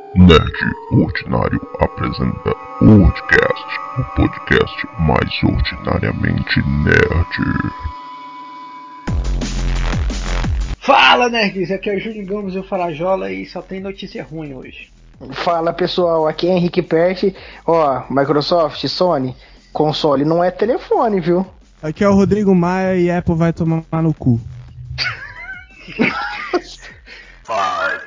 Nerd Ordinário apresenta Ordcast, o podcast mais ordinariamente nerd. Fala, nerds! Aqui é o Júlio Gomes e o Farajola e só tem notícia ruim hoje. Fala pessoal, aqui é Henrique Perti. Ó, Microsoft, Sony, console não é telefone, viu? Aqui é o Rodrigo Maia e Apple vai tomar no cu. 5, 4,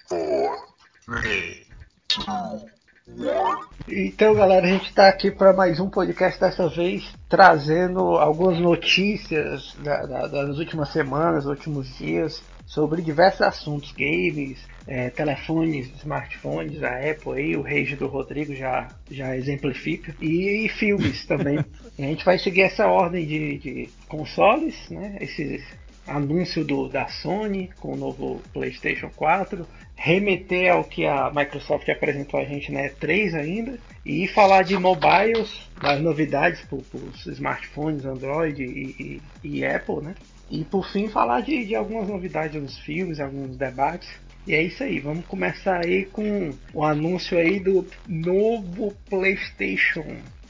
3, 2, 1. Então, galera, a gente está aqui para mais um podcast, dessa vez trazendo algumas notícias das últimas semanas, últimos dias, sobre diversos assuntos, games, telefones, smartphones, a Apple aí, o rage do Rodrigo já exemplifica, e filmes também. E a gente vai seguir essa ordem de consoles, né? Esse anúncio da Sony com o novo PlayStation 4, remeter ao que a Microsoft apresentou a gente na E3 ainda, e falar de mobiles, das novidades para os smartphones Android e Apple, né? E por fim falar de algumas novidades nos filmes, alguns debates. E é isso aí, vamos começar aí com o anúncio aí do novo PlayStation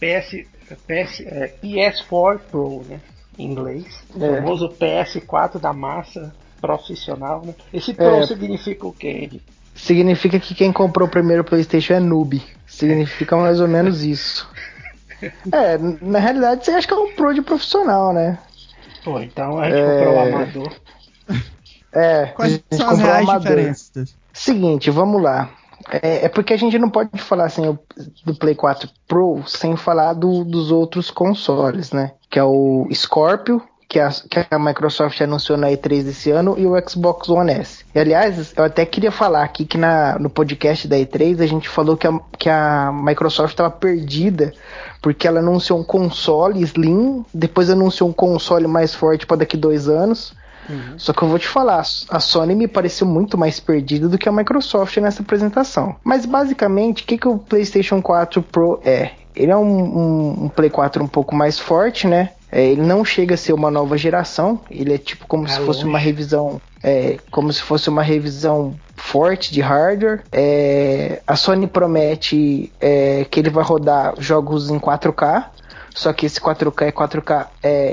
PS4 Pro, né? Em inglês, o famoso PS4 da massa profissional, né? Esse Pro significa o quê, Andy? Significa que quem comprou o primeiro PlayStation é noob. Significa mais ou menos isso. Na realidade você acha que é um Pro de profissional, né? Pô, então a gente comprou o amador. Quais são as reais diferenças? Seguinte, vamos lá. É porque a gente não pode falar assim do Play 4 Pro sem falar dos outros consoles, né? Que é o Scorpio, que a Microsoft anunciou na E3 desse ano, e o Xbox One S. E, aliás, eu até queria falar aqui que no podcast da E3 a gente falou que a Microsoft estava perdida porque ela anunciou um console Slim, depois anunciou um console mais forte para daqui 2 anos. Só que eu vou te falar, a Sony me pareceu muito mais perdida do que a Microsoft nessa apresentação. Mas basicamente, o que o PlayStation 4 Pro é? Ele é um Play 4 um pouco mais forte, né? Ele não chega a ser uma nova geração, ele é tipo como se fosse uma revisão, como se fosse uma revisão forte de hardware. A Sony promete que ele vai rodar jogos em 4K, só que esse 4K é 4K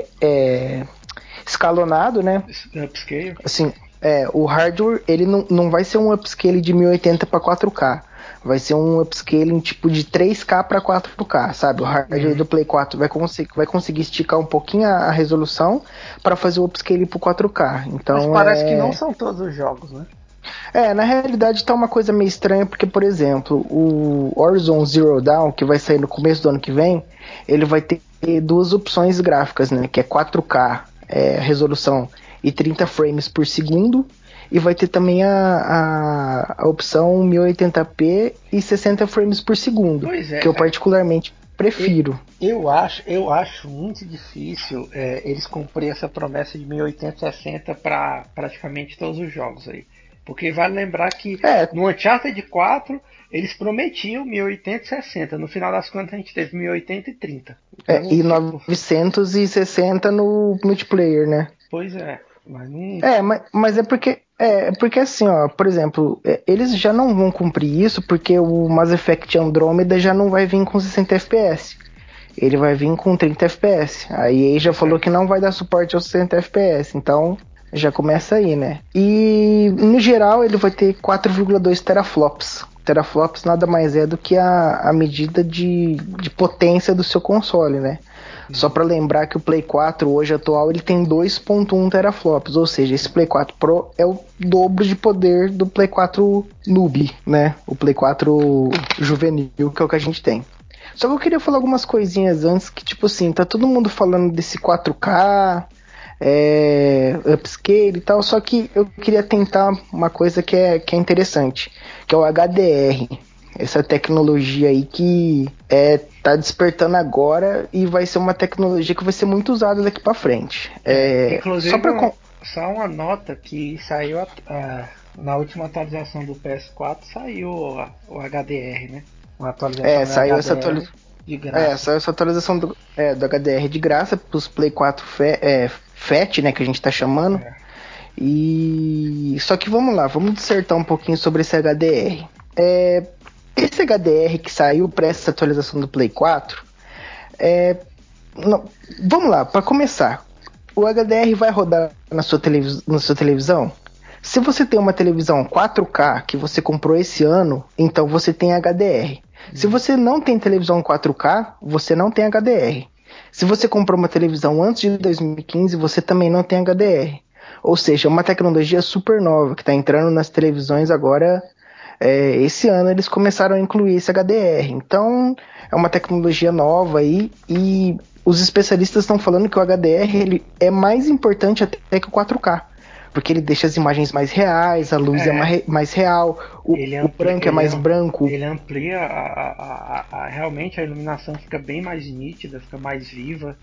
escalonado, né? Upscale. Assim, o hardware, ele não vai ser um upscale de 1080 para 4K. Vai ser um upscaling tipo de 3K para 4K, sabe? O hardware do Play 4 vai conseguir esticar um pouquinho a resolução para fazer o upscaling pro 4K. Então, mas parece que não são todos os jogos, né? Na realidade tá uma coisa meio estranha, porque, por exemplo, o Horizon Zero Dawn, que vai sair no começo do ano que vem, ele vai ter duas opções gráficas, né? Que é 4K, resolução e 30 frames por segundo, e vai ter também a opção 1080p e 60 frames por segundo, que eu particularmente prefiro. Eu acho muito difícil eles cumprir essa promessa de 1080 e 60 para praticamente todos os jogos aí. Porque vale lembrar que no Uncharted 4 eles prometiam 1080 e 60. No final das contas a gente teve 1080 e 30. Então, e 960 no multiplayer, né? Pois é. Mas não... mas é porque assim, ó, por exemplo, eles já não vão cumprir isso porque o Mass Effect Andromeda já não vai vir com 60 FPS. Ele vai vir com 30 FPS. A EA já falou que não vai dar suporte aos 60 FPS, então já começa aí, né? E no geral ele vai ter 4,2 teraflops. Teraflops nada mais é do que a medida de potência do seu console, né? Só para lembrar que o Play 4 hoje atual ele tem 2.1 teraflops, ou seja, esse Play 4 Pro é o dobro de poder do Play 4 Noob, né? O Play 4 juvenil, que é o que a gente tem. Só que eu queria falar algumas coisinhas antes, que tipo assim, tá todo mundo falando desse 4K, upscale e tal, só que eu queria tentar uma coisa que é interessante, que é o HDR. Essa tecnologia aí que tá despertando agora e vai ser uma tecnologia que vai ser muito usada daqui pra frente. Inclusive, só uma nota que saiu na última atualização do PS4, saiu o HDR, né? Uma atualização saiu HDR de graça. Saiu essa atualização do HDR de graça pros Play 4 FAT, né, que a gente tá chamando. E só que vamos lá, vamos dissertar um pouquinho sobre esse HDR. Esse HDR que saiu para essa atualização do Play 4, vamos lá, para começar, o HDR vai rodar na sua televisão? Se você tem uma televisão 4K que você comprou esse ano, então você tem HDR. Se você não tem televisão 4K, você não tem HDR. Se você comprou uma televisão antes de 2015, você também não tem HDR. Ou seja, é uma tecnologia super nova que está entrando nas televisões agora. Esse ano eles começaram a incluir esse HDR. Então, é uma tecnologia nova aí e os especialistas estão falando que o HDR ele é mais importante até que o 4K. Porque ele deixa as imagens mais reais, a luz é mais real, o branco é mais branco. Ele amplia realmente a iluminação fica bem mais nítida, fica mais viva.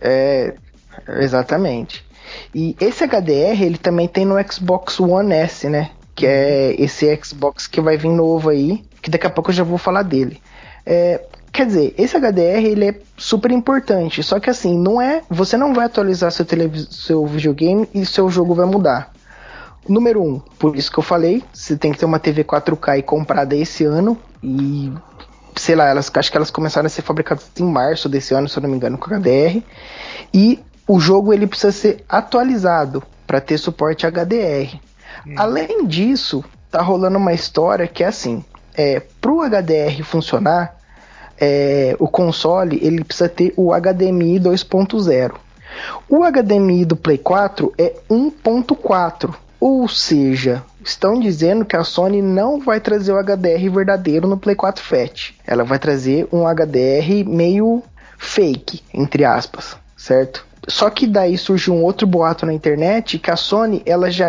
Exatamente. E esse HDR ele também tem no Xbox One S, né? Que é esse Xbox que vai vir novo aí, que daqui a pouco eu já vou falar dele. Quer dizer, esse HDR ele é super importante, só que assim, você não vai atualizar seu videogame e seu jogo vai mudar. Número 1, por isso que eu falei, você tem que ter uma TV 4K e comprada esse ano, e sei lá, acho que elas começaram a ser fabricadas em março desse ano, se eu não me engano, com HDR, e o jogo ele precisa ser atualizado para ter suporte HDR. Além disso, tá rolando uma história que é assim, pro HDR funcionar, o console ele precisa ter o HDMI 2.0. O HDMI do Play 4 é 1.4. Ou seja, estão dizendo que a Sony não vai trazer o HDR verdadeiro no Play 4 Fat. Ela vai trazer um HDR meio fake, entre aspas, certo? Só que daí surgiu um outro boato na internet que a Sony,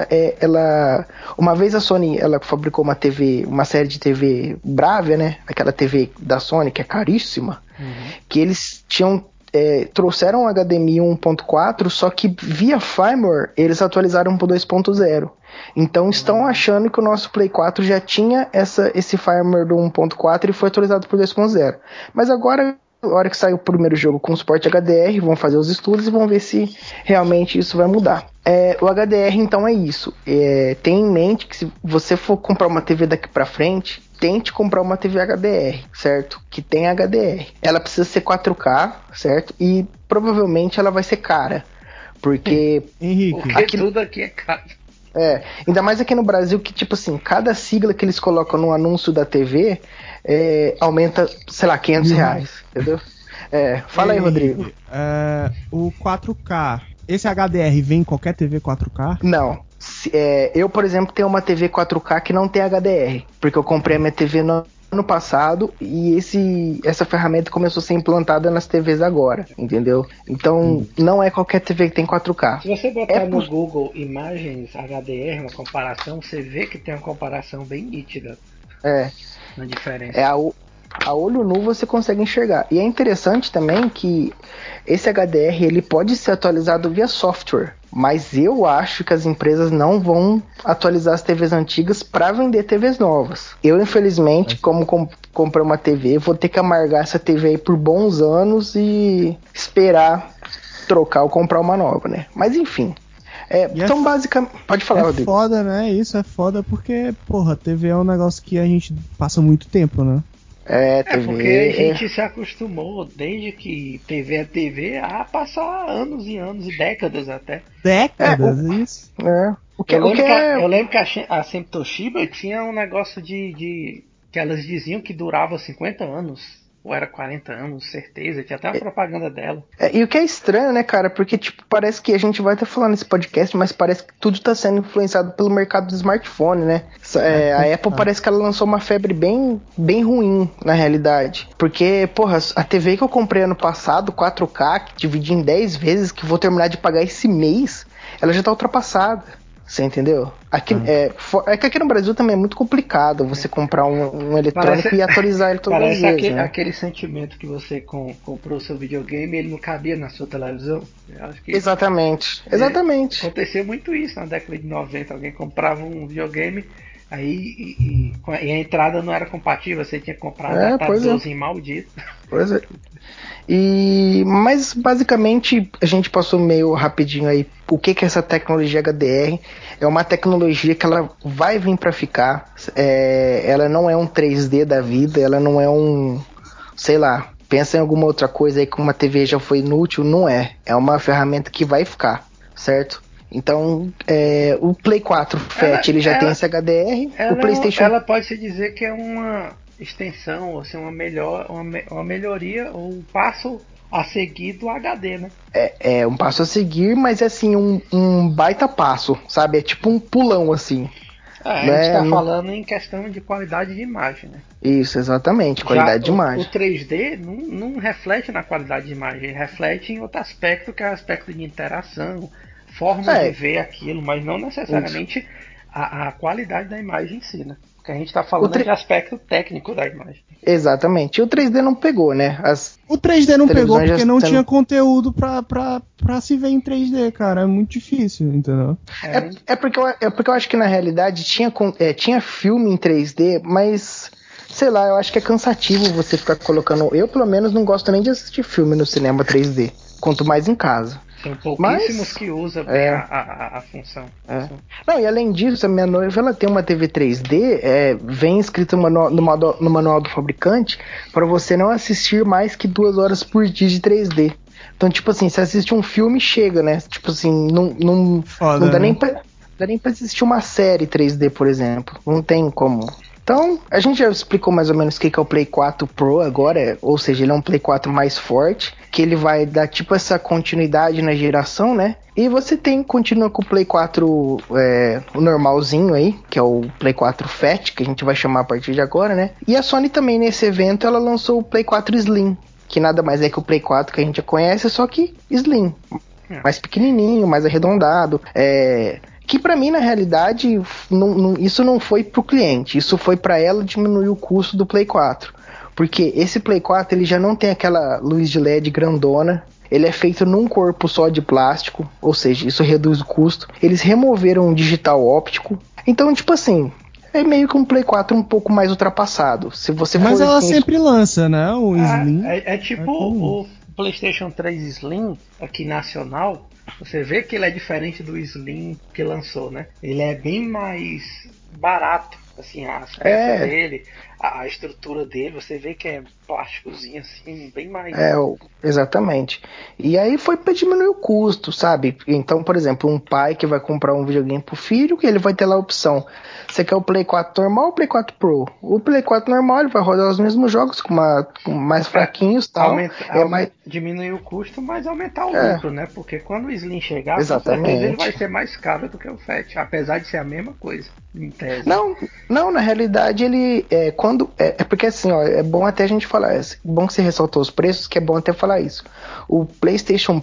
uma vez a Sony, ela fabricou uma série de TV Bravia, né? Aquela TV da Sony que é caríssima, que eles trouxeram o HDMI 1.4, só que via firmware eles atualizaram para 2.0. Então estão achando que o nosso Play 4 já tinha esse firmware do 1.4 e foi atualizado para 2.0. Mas agora, na hora que sair o primeiro jogo com suporte HDR, vão fazer os estudos e vão ver se realmente isso vai mudar. O HDR então é isso. Tenha em mente que se você for comprar uma TV daqui para frente, tente comprar uma TV HDR, certo? Que tem HDR. Ela precisa ser 4K, certo? E provavelmente ela vai ser cara. Porque... Henrique, tudo aqui é caro. Ainda mais aqui no Brasil que, tipo assim, cada sigla que eles colocam no anúncio da TV aumenta, sei lá, R$500, entendeu? Fala aí, Rodrigo. O 4K, esse HDR vem em qualquer TV 4K? Não. Eu, por exemplo, tenho uma TV 4K que não tem HDR, porque eu comprei a minha TV no ano passado e essa ferramenta começou a ser implantada nas TVs agora, entendeu? Então, não é qualquer TV que tem 4K. Se você botar no Google imagens HDR, uma comparação, você vê que tem uma comparação bem nítida na diferença. A olho nu você consegue enxergar. E é interessante também que esse HDR ele pode ser atualizado via software, mas eu acho que as empresas não vão atualizar as TVs antigas para vender TVs novas. Eu, infelizmente, como comprei uma TV, vou ter que amargar essa TV aí por bons anos e esperar trocar ou comprar uma nova, né? Mas enfim. Então, basicamente... Pode falar, Rodrigo. É foda, né? Isso é foda porque, porra, TV é um negócio que a gente passa muito tempo, né? TV, porque a gente se acostumou, desde que TV é TV, a passar anos e anos e décadas até. Décadas, isso? Eu lembro que a sempre Toshiba tinha um negócio que elas diziam que durava 50 anos. Ou era 40 anos, certeza. Tinha até uma propaganda dela. E o que é estranho, né, cara? Porque, tipo, parece que a gente vai até falar nesse podcast, mas parece que tudo tá sendo influenciado pelo mercado do smartphone, né? A Apple parece que ela lançou uma febre bem, bem ruim, na realidade. Porque, porra, a TV que eu comprei ano passado, 4K, que dividi em 10 vezes, que vou terminar de pagar esse mês, ela já tá ultrapassada. Você entendeu? É que aqui no Brasil também é muito complicado você comprar um eletrônico e atualizar ele todas as vezes. Parece né? aquele sentimento que você comprou seu videogame e ele não cabia na sua televisão. Eu acho que Exatamente. aconteceu muito isso na década de 90. Alguém comprava um videogame Aí e a entrada não era compatível, você tinha que comprar um Pois é. adaptadorzinho maldito. Pois é. Mas basicamente a gente passou meio rapidinho aí o que é essa tecnologia HDR. É uma tecnologia que ela vai vir para ficar. Ela não é um 3D da vida, ela não é um, sei lá, pensa em alguma outra coisa aí que uma TV já foi inútil. Não é. É uma ferramenta que vai ficar, certo? Então, o Play 4 Fat ele já tem esse HDR, o PlayStation... Ela pode se dizer que é uma extensão, ou assim, uma melhoria, ou um passo a seguir do HD, né? É um passo a seguir, mas é assim, um baita passo, sabe? É tipo um pulão, assim. A gente Né? está falando em questão de qualidade de imagem, né? Isso, exatamente, Já qualidade de o imagem. 3D não reflete na qualidade de imagem, reflete em outro aspecto, que é o aspecto de interação, forma de ver aquilo, mas não necessariamente a qualidade da imagem em si, né? Porque a gente está falando de aspecto técnico da imagem. Exatamente. E o 3D não pegou, né? O 3D não pegou porque não tinha sendo... conteúdo pra se ver em 3D, cara. É muito difícil, entendeu? É porque eu acho que na realidade tinha filme em 3D, mas sei lá, eu acho que é cansativo você ficar colocando. Eu, pelo menos, não gosto nem de assistir filme no cinema 3D, quanto mais em casa. São pouquíssimos que usam bem a função. Não, e além disso, a minha noiva ela tem uma TV 3D, vem escrito no manual do fabricante para você não assistir mais que 2 horas por dia de 3D. Então, tipo assim, você assiste um filme, chega, né? Tipo assim, não dá, né? Dá nem pra assistir uma série 3D, por exemplo. Não tem como. Então, a gente já explicou mais ou menos o que é o Play 4 Pro agora, ou seja, ele é um Play 4 mais forte, que ele vai dar tipo essa continuidade na geração, né? E você continua com o Play 4 o normalzinho aí, que é o Play 4 Fat, que a gente vai chamar a partir de agora, né? E a Sony também nesse evento, ela lançou o Play 4 Slim, que nada mais é que o Play 4 que a gente já conhece, só que Slim. Mais pequenininho, mais arredondado, que pra mim, na realidade, isso não foi pro cliente, isso foi pra ela diminuir o custo do Play 4. Porque esse Play 4 ele já não tem aquela luz de LED grandona, ele é feito num corpo só de plástico, ou seja, isso reduz o custo. Eles removeram o digital óptico, então, tipo assim, é meio que um Play 4 um pouco mais ultrapassado. Se você Mas for, ela assim, sempre lança, né? O Slim. É tipo o PlayStation 3 Slim aqui nacional. Você vê que ele é diferente do Slim que lançou, né? Ele é bem mais barato, assim, as peças dele, a estrutura dele, você vê que é plásticozinho assim, bem mais... Exatamente. E aí foi para diminuir o custo, sabe? Então, por exemplo, um pai que vai comprar um videogame pro filho, que ele vai ter lá a opção. Você quer o Play 4 normal ou o Play 4 Pro? O Play 4 normal ele vai rodar os mesmos jogos com mais fraquinhos e tal. Diminuir o custo, mas aumentar o lucro, né? Porque quando o Slim chegar, exatamente, com certeza ele vai ser mais caro do que o Fat, apesar de ser a mesma coisa, em tese. Não, na realidade ele porque assim, ó, é bom até a gente falar, é bom que você ressaltou os preços, que é bom até falar isso. O PlayStation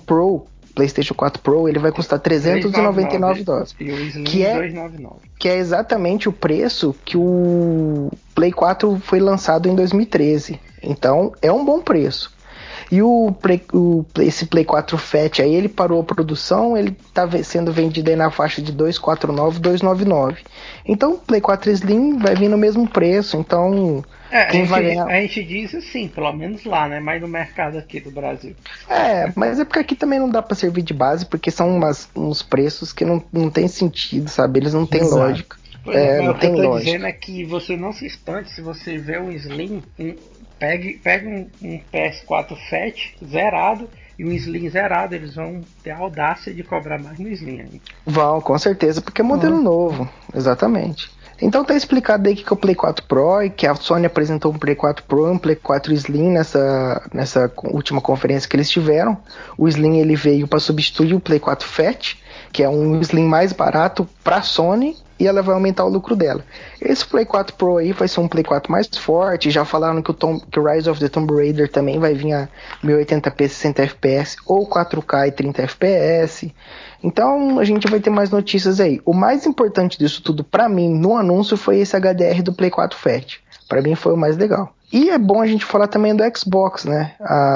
4 Pro, ele vai custar $399. E o Slim que é $299. Que é exatamente o preço que o Play 4 foi lançado em 2013. Então, é um bom preço. E esse Play 4 Fat aí, ele parou a produção, ele tá sendo vendido aí na faixa de 249, 299. Então, o Play 4 Slim vai vir no mesmo preço, então quem vai ganhar... A gente diz assim, pelo menos lá, né? Mas no mercado aqui do Brasil. Mas é porque aqui também não dá pra servir de base, porque são uns preços que não tem sentido, sabe? Eles não têm lógica. Mas não o que eu tem tô lógica. dizendo é que você não se espante se você vê um Slim, pegue um PS4 Fat zerado e um Slim zerado, eles vão ter a audácia de cobrar mais no Slim ainda. Vão, com certeza, porque é modelo novo, exatamente. Então tá explicado aí que é o Play 4 Pro e que a Sony apresentou um Play 4 Pro e um Play 4 Slim nessa última conferência que eles tiveram. O Slim ele veio para substituir o Play 4 Fat, que é um Slim mais barato para a Sony, e ela vai aumentar o lucro dela. Esse Play 4 Pro aí vai ser um Play 4 mais forte, já falaram que o Rise of the Tomb Raider também vai vir a 1080p 60 fps ou 4K e 30 fps. Então a gente vai ter mais notícias aí. O mais importante disso tudo para mim no anúncio foi esse HDR do Play 4 Fat. Para mim foi o mais legal. E é bom a gente falar também do Xbox, né?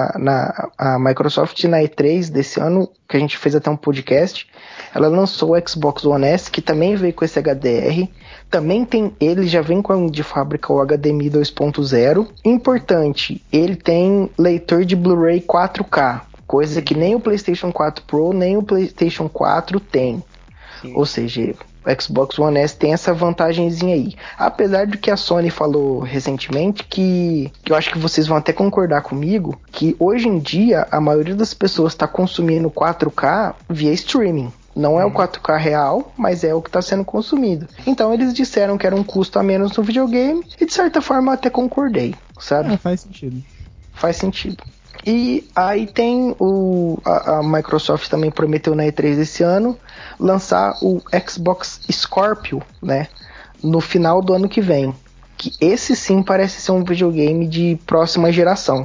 A Microsoft na E3 desse ano, que a gente fez até um podcast, ela lançou o Xbox One S, que também veio com esse HDR. Também tem, ele já vem com de fábrica o HDMI 2.0. Importante, ele tem leitor de Blu-ray 4K, coisa que nem o PlayStation 4 Pro, nem o PlayStation 4 tem. Sim. Ou seja, o Xbox One S tem essa vantagenzinha aí. Apesar do que a Sony falou recentemente, que eu acho que vocês vão até concordar comigo, que hoje em dia a maioria das pessoas está consumindo 4K via streaming. Não é o 4K real, mas é o que está sendo consumido. Então eles disseram que era um custo a menos no videogame, e de certa forma eu até concordei, sabe? Faz sentido. Faz sentido. E aí tem a Microsoft também prometeu na E3 desse ano lançar o Xbox Scorpio, né, no final do ano que vem. Que esse sim parece ser um videogame de próxima geração.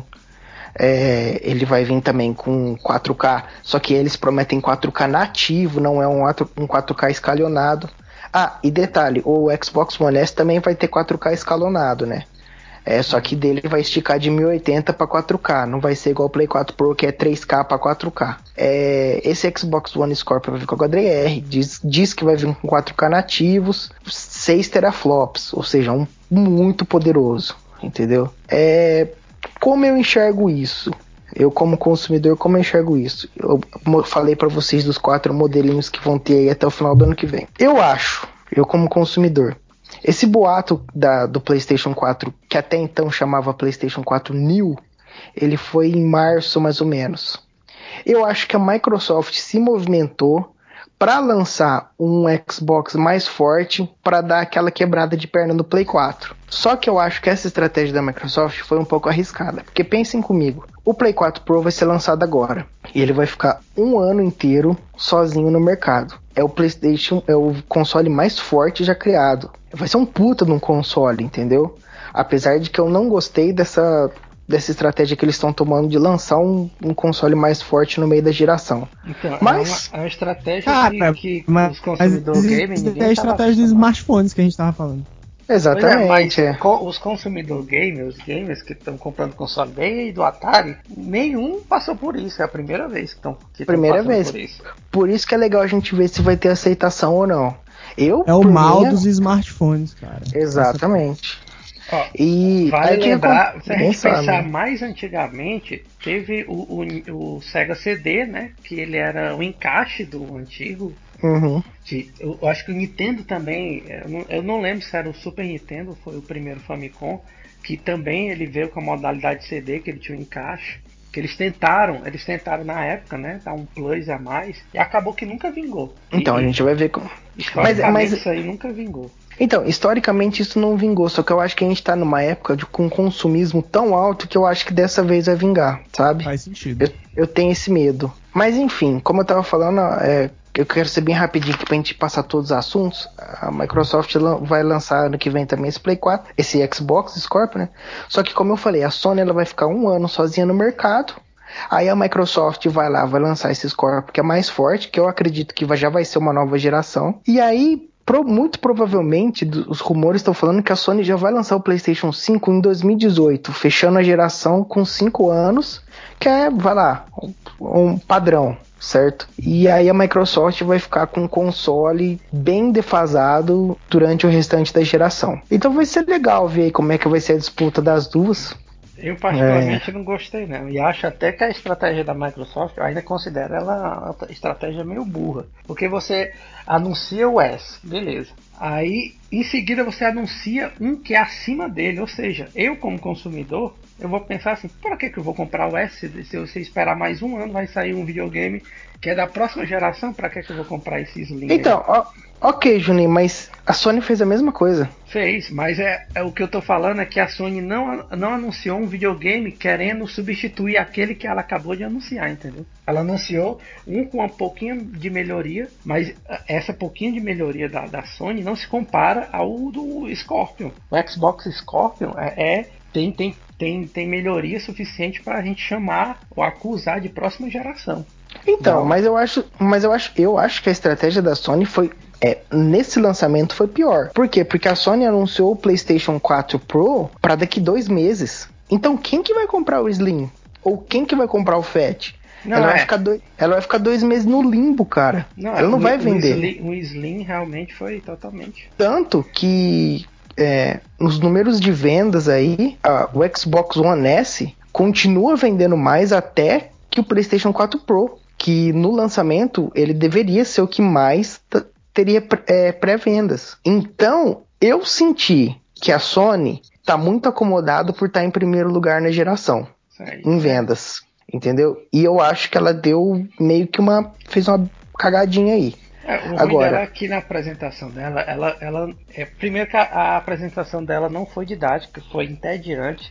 Ele vai vir também com 4K, só que eles prometem 4K nativo, não é um 4K escalonado. Ah, e detalhe, o Xbox One S também vai ter 4K escalonado, né? Só que dele vai esticar de 1080 para 4K, não vai ser igual o Play 4 Pro, que é 3K para 4K. Esse Xbox One Scorpio vai vir com HDR, diz que vai vir com 4K nativos, 6 teraflops, ou seja, muito poderoso, entendeu? Como eu enxergo isso? Eu como consumidor, como eu enxergo isso? Eu falei para vocês dos 4 modelinhos que vão ter aí até o final do ano que vem. Eu como consumidor, esse boato do PlayStation 4, que até então chamava PlayStation 4 New, ele foi em março mais ou menos. Eu acho que a Microsoft se movimentou para lançar um Xbox mais forte para dar aquela quebrada de perna no Play 4. Só que eu acho que essa estratégia da Microsoft foi um pouco arriscada, porque pensem comigo, o Play 4 Pro vai ser lançado agora e ele vai ficar um ano inteiro sozinho no mercado. É o PlayStation, é o console mais forte já criado. Vai ser um puta de um console, entendeu? Apesar de que eu não gostei dessa estratégia que eles estão tomando de lançar um console mais forte no meio da geração. Então, Mas, é uma estratégia Cara, que mas os consumidores gamer, isso ninguém é a estava estratégia dos acostumado. smartphones que a gente tava falando. Pois é, mas exatamente. os consumidores gamers, os gamers que estão comprando console desde o Atari, nenhum passou por isso. É a primeira vez que estão Primeira passando vez. por isso. Por isso que é legal a gente ver se vai ter aceitação ou não. É o mal dos smartphones, cara. Exatamente. Ó, E vale aí lembrar, se a ninguém gente pensar sabe. mais antigamente, teve o Sega CD, né? Que ele era o encaixe do antigo. Uhum. Eu acho que o Nintendo também, eu não lembro se era o Super Nintendo, foi o primeiro Famicom, que também ele veio com a modalidade CD, que ele tinha um encaixe. Que eles tentaram na época, né? Dar um plus a mais, e acabou que nunca vingou. Então, a gente vai ver como. Historicamente isso aí nunca vingou. Então, historicamente isso não vingou, só que eu acho que a gente tá numa época com consumismo tão alto que eu acho que dessa vez vai vingar, sabe? Faz sentido. Eu tenho esse medo. Mas enfim, como eu tava falando, eu quero ser bem rapidinho aqui pra gente passar todos os assuntos. A Microsoft vai lançar ano que vem também esse Play 4, esse Xbox Scorpio, né? Só que como eu falei, a Sony ela vai ficar um ano sozinha no mercado. Aí a Microsoft vai lançar esse Scorpio que é mais forte, que eu acredito que já vai ser uma nova geração. E aí, muito provavelmente, os rumores estão falando que a Sony já vai lançar o PlayStation 5 em 2018, fechando a geração com 5 anos, que é, um padrão, certo? E aí a Microsoft vai ficar com um console bem defasado durante o restante da geração. Então vai ser legal ver como é que vai ser a disputa das duas. Eu particularmente não gostei não. E acho até que a estratégia da Microsoft, eu ainda considero ela uma estratégia meio burra. Porque você anuncia o S, beleza. Aí em seguida você anuncia um que é acima dele. Ou seja, eu como consumidor, eu vou pensar assim, por que eu vou comprar o S? Se você esperar mais um ano, vai sair um videogame que é da próxima geração, pra que eu vou comprar esse Slim Então, ok, Juninho, mas a Sony fez a mesma coisa. Fez, mas o que eu tô falando é que a Sony não anunciou um videogame querendo substituir aquele que ela acabou de anunciar, entendeu? Ela anunciou um com um pouquinho de melhoria, mas essa pouquinho de melhoria da Sony não se compara ao do Scorpion. O Xbox Scorpion tem melhoria suficiente para a gente chamar ou acusar de próxima geração. Então, Não. mas eu acho que a estratégia da Sony foi nesse lançamento foi pior. Por quê? Porque a Sony anunciou o PlayStation 4 Pro para daqui 2 meses. Então quem que vai comprar o Slim? Ou quem que vai comprar o Fat? Ela vai ficar 2 meses no limbo, cara. Ela não vai vender. O Slim realmente foi totalmente. Tanto que nos números de vendas aí, o Xbox One S continua vendendo mais até que o PlayStation 4 Pro, que no lançamento ele deveria ser o que mais teria pré-vendas. Então, eu senti que a Sony tá muito acomodada por estar em primeiro lugar na geração, em vendas, entendeu? E eu acho que ela deu meio que fez uma cagadinha aí. O ruim dela é que na apresentação dela, primeiro que a apresentação dela não foi didática, foi entediante.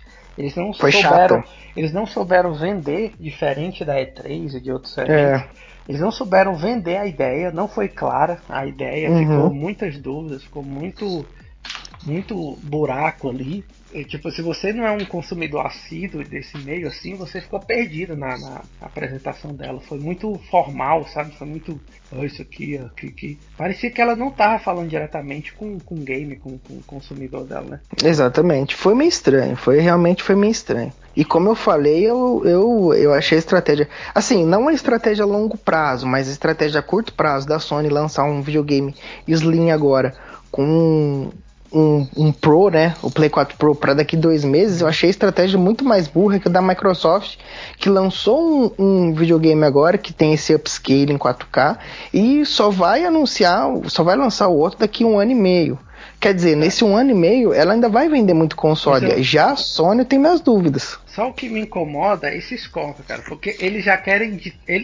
Eles não souberam vender, diferente da E3 e de outros eventos. Eles não souberam vender a ideia, não foi clara a ideia, ficou muitas dúvidas, ficou muito buraco ali. Tipo, se você não é um consumidor assíduo desse meio assim, você ficou perdido na apresentação dela. Foi muito formal, sabe? Foi muito. Isso aqui. Parecia que ela não tava falando diretamente com o game, com o consumidor dela, né? Exatamente. Foi meio estranho. Realmente foi meio estranho. E como eu falei, eu achei a estratégia. Assim, não uma estratégia a longo prazo, mas a estratégia a curto prazo da Sony lançar um videogame Slim agora com um Pro, né? O Play 4 Pro para daqui 2 meses, eu achei a estratégia muito mais burra que a da Microsoft, que lançou um videogame agora que tem esse upscale em 4K e só vai lançar o outro daqui 1 ano e meio. Quer dizer, nesse 1 ano e meio, ela ainda vai vender muito console. Já a Sony tem minhas dúvidas. Só o que me incomoda é esses contos, cara, porque eles já querem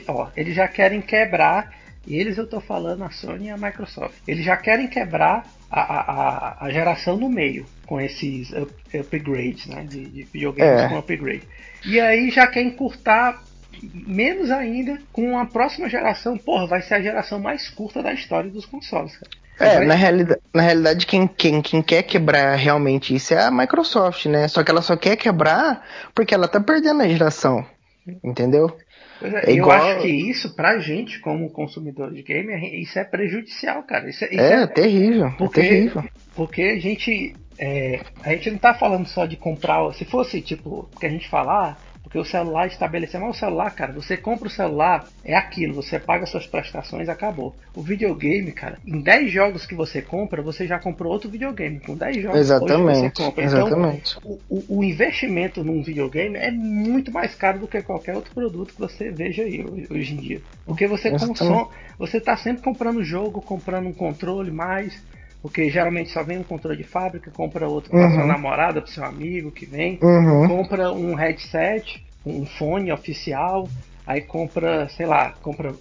quebrar. E eu tô falando a Sony e a Microsoft. Eles já querem quebrar a geração no meio com esses upgrades, né? De videogames com upgrade. E aí já quer encurtar menos ainda com a próxima geração. Porra, vai ser a geração mais curta da história dos consoles, cara. Na realidade, quem quer quebrar realmente isso é a Microsoft, né? Só que ela só quer quebrar porque ela tá perdendo a geração. Entendeu? Eu acho que isso, pra gente, como consumidor de game, isso é prejudicial, cara. Isso é terrível. Terrível. Porque a gente não tá falando só de comprar. Se fosse tipo, que a gente falar, porque o celular estabeleceu, mas o celular, cara, você compra o celular, é aquilo, você paga suas prestações, acabou. O videogame, cara, em 10 jogos que você compra, você já comprou outro videogame. Com 10 jogos hoje você compra. Exatamente. Então, o investimento num videogame é muito mais caro do que qualquer outro produto que você veja aí hoje em dia. Porque você consome, você tá sempre comprando jogo, comprando um controle mais. Porque geralmente só vem um controle de fábrica, compra outro para sua namorada, para seu amigo que vem, compra um headset, um fone oficial, aí compra, sei lá,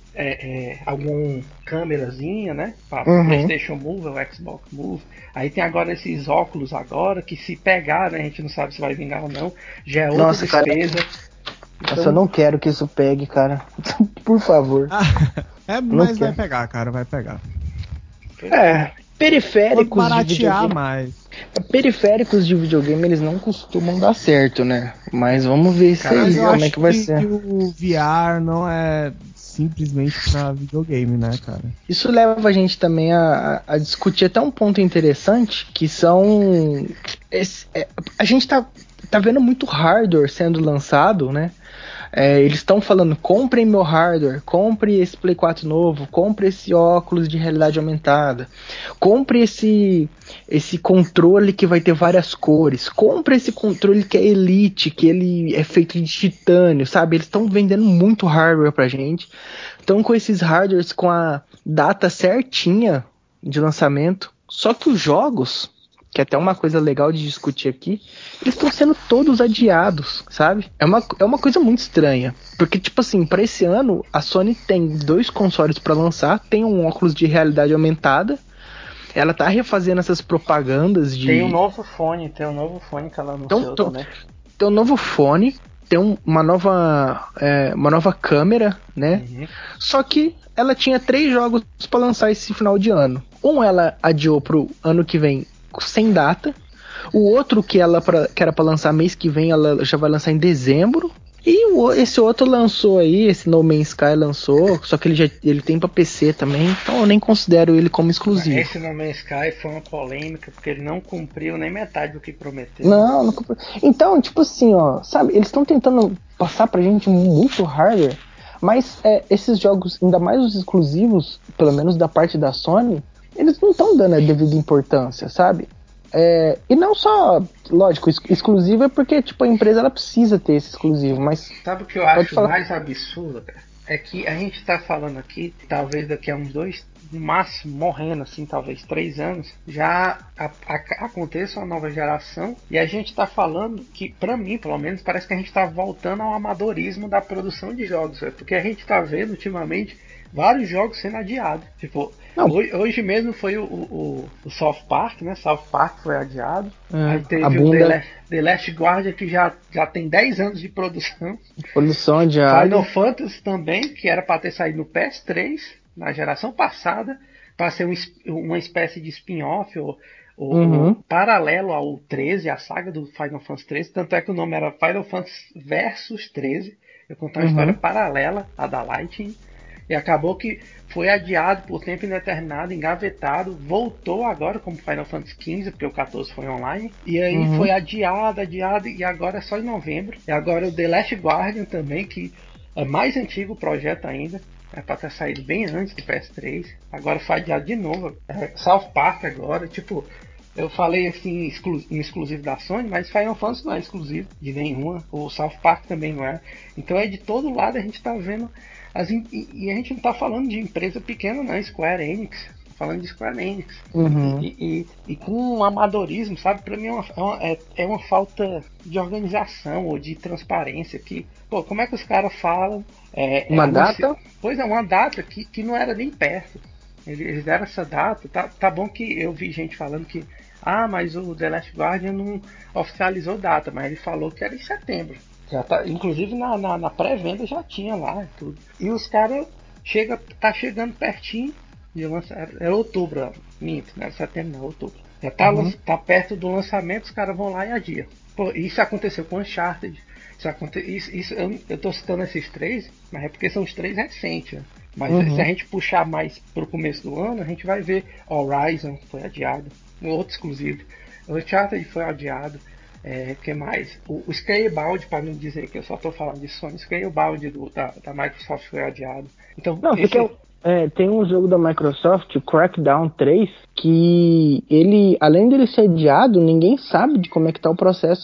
algum câmerazinha, né? Para PlayStation Move ou Xbox Move. Aí tem agora esses óculos agora, que se pegar, né? A gente não sabe se vai vingar ou não, já é outra despesa. Cara, então... eu não quero que isso pegue, cara. Por favor. Mas vai pegar, cara, vai pegar. Periféricos de videogame. Mais. Periféricos de videogame eles não costumam dar certo, né? Mas vamos ver isso aí, como é que vai ser. O VR não é simplesmente pra videogame, né, cara? Isso leva a gente também a discutir até um ponto interessante, que são... a gente tá vendo muito hardware sendo lançado, né? Eles estão falando, comprem meu hardware, compre esse Play 4 novo, compre esse óculos de realidade aumentada, compre esse controle que vai ter várias cores, compre esse controle que é Elite, que ele é feito de titânio, sabe? Eles estão vendendo muito hardware pra gente, estão com esses hardwares com a data certinha de lançamento, só que os jogos... que é até uma coisa legal de discutir aqui, eles estão sendo todos adiados, sabe? É uma coisa muito estranha, porque, tipo assim, pra esse ano, a Sony tem 2 consoles pra lançar, tem um óculos de realidade aumentada, ela tá refazendo essas propagandas de... Tem um novo fone que ela anunciou também. Tem um novo fone, tem uma nova câmera, né? Só que ela tinha 3 jogos pra lançar esse final de ano. Ela adiou pro ano que vem sem data. O outro que era pra lançar mês que vem, ela já vai lançar em dezembro. E esse outro lançou aí, esse No Man's Sky lançou, só que ele tem pra PC também, então eu nem considero ele como exclusivo. Esse No Man's Sky foi uma polêmica, porque ele não cumpriu nem metade do que prometeu. Não. Então, tipo assim, ó, sabe, eles estão tentando passar pra gente muito hardware, mas esses jogos, ainda mais os exclusivos, pelo menos da parte da Sony, eles não estão dando a devida importância, sabe? E não só, lógico, exclusivo é porque tipo, a empresa ela precisa ter esse exclusivo, mas Sabe o que eu pode acho falar. mais absurdo, cara? É que a gente tá falando aqui, talvez daqui a uns 2, no máximo, morrendo assim, talvez 3 anos, já aconteça uma nova geração e a gente tá falando que, pra mim, pelo menos, parece que a gente tá voltando ao amadorismo da produção de jogos, véio, porque a gente tá vendo ultimamente vários jogos sendo adiados. Tipo, Não, hoje mesmo foi o South Park, né? South Park foi adiado. Aí a teve o bunda The Last Guardian, que já tem 10 anos de produção. de poluição Final adiada. Fantasy também, que era para ter saído no PS3, na geração passada, para ser uma espécie de spin-off ou paralelo ao 13, a saga do Final Fantasy 13. Tanto é que o nome era Final Fantasy Versus 13. Eu contar uma história paralela à da Lightning. E acabou que foi adiado por tempo indeterminado, engavetado, voltou agora como Final Fantasy XV, porque o 14 foi online, e aí foi adiado, e agora é só em novembro. E agora o The Last Guardian também, que é mais antigo o projeto ainda, é para ter saído bem antes do PS3, agora foi adiado de novo. South Park agora, tipo, eu falei assim, exclusivo da Sony, mas Final Fantasy não é exclusivo de nenhuma, o South Park também não é. Então é de todo lado a gente tá vendo e a gente não está falando de empresa pequena, não, Square Enix. Tá falando de Square Enix. E com um amadorismo, sabe? Para mim é uma falta de organização ou de transparência. Que, pô, como é que os caras falam? Uma data? Pois é, uma data que não era nem perto. Eles deram essa data. Tá bom que eu vi gente falando que. Ah, mas o The Last Guardian não oficializou data, mas ele falou que era em setembro. Já tá, inclusive na pré-venda já tinha lá e tudo. E os caras tá chegando pertinho de lançar. É outubro, ó, minto, não é setembro, não, é outubro. Já tá perto do lançamento, os caras vão lá e adiam. Pô, isso aconteceu com Uncharted. Eu tô citando esses três, mas é porque são os três recentes. Né? Mas se a gente puxar mais pro começo do ano, a gente vai ver Horizon foi adiado, um outro exclusivo. O Uncharted foi adiado. Que mais? O Scalebound, para não dizer que eu só estou falando de Sony, o Scalebound da Microsoft foi adiado. Então, Não, porque tem um jogo da Microsoft, o Crackdown 3, que ele, além dele ser adiado, ninguém sabe de como é que tá o processo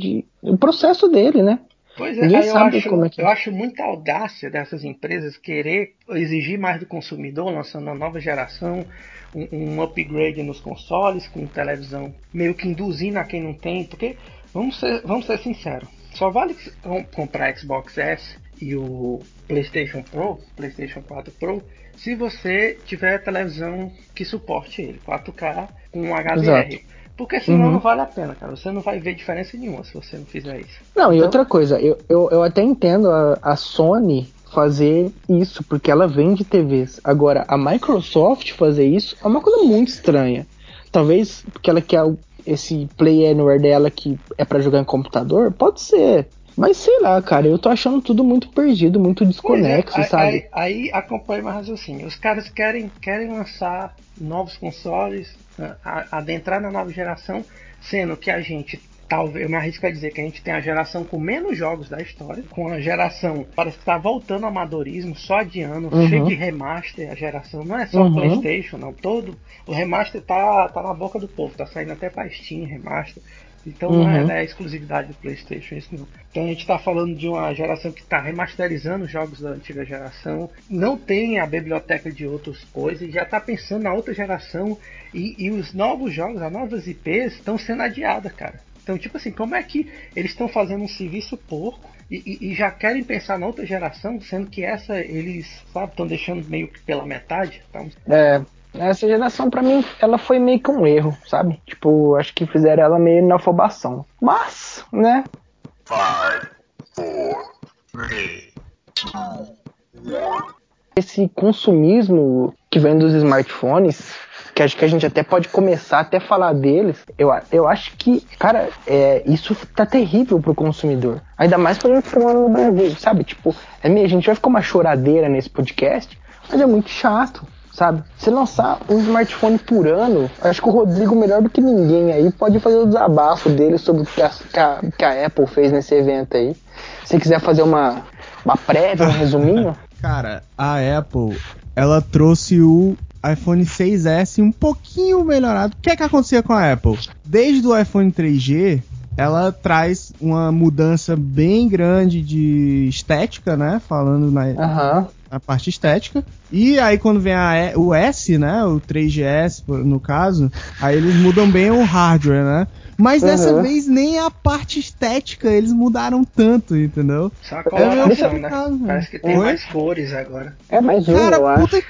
o processo dele, né? Pois é, Ninguém aí sabe como é que. eu acho muita audácia dessas empresas querer exigir mais do consumidor, lançando uma nova geração, um upgrade nos consoles, com televisão meio que induzindo a quem não tem, porque vamos ser sinceros, só vale comprar Xbox S e o PlayStation Pro, PlayStation 4 Pro, se você tiver televisão que suporte ele, 4K com Exato. HDR. Porque senão não vale a pena, cara. Você não vai ver diferença nenhuma se você não fizer isso. Não, e Então, outra coisa, eu até entendo a Sony fazer isso, porque ela vende TVs. Agora, a Microsoft fazer isso é uma coisa muito estranha. Talvez porque ela quer esse Play Anywhere dela que é pra jogar em computador, pode ser. Mas sei lá, cara, eu tô achando tudo muito perdido, muito pois é, desconexo, sabe? aí acompanha mais raciocínio. Os caras querem lançar novos consoles, adentrar na nova geração, sendo que a gente, talvez, eu me arrisco a dizer que a gente tem a geração com menos jogos da história, com a geração, parece que está voltando ao amadorismo, só adiando, cheio de remaster, a geração não é só PlayStation, não, todo o remaster tá na boca do povo, tá saindo até pra Steam, remaster. Então não é exclusividade do PlayStation, isso não. Então a gente está falando de uma geração que está remasterizando jogos da antiga geração, não tem a biblioteca de outras coisas, e já está pensando na outra geração, e os novos jogos, as novas IPs estão sendo adiadas, cara. Então, tipo assim, como é que eles estão fazendo um serviço porco e já querem pensar na outra geração, sendo que essa eles, sabe, estão deixando meio que pela metade? Então, Essa geração pra mim, ela foi meio que um erro, sabe? Tipo, acho que fizeram ela meio na afobação. Mas, né? 5, 4, 3, 2, 1. Esse consumismo que vem dos smartphones que acho que a gente até pode começar até a falar deles, eu acho que, cara, isso tá terrível pro consumidor. Ainda mais pra gente falar no Brasil, sabe? Tipo, a gente vai ficar uma choradeira nesse podcast, mas é muito chato, sabe? Se lançar um smartphone por ano, acho que o Rodrigo, melhor do que ninguém aí, pode fazer o desabafo dele sobre o que a Apple fez nesse evento aí. Se quiser fazer uma prévia, um resuminho. Cara, a Apple, ela trouxe o iPhone 6S um pouquinho melhorado. O que é que acontecia com a Apple? Desde o iPhone 3G, ela traz uma mudança bem grande de estética, né? Falando na parte estética. E aí quando vem o S, né? O 3GS, no caso, aí eles mudam bem o hardware, né? Mas dessa vez nem a parte estética eles mudaram tanto, entendeu? Só a coloração, né? Né? Parece que tem mais cores agora. É mais um, eu acho.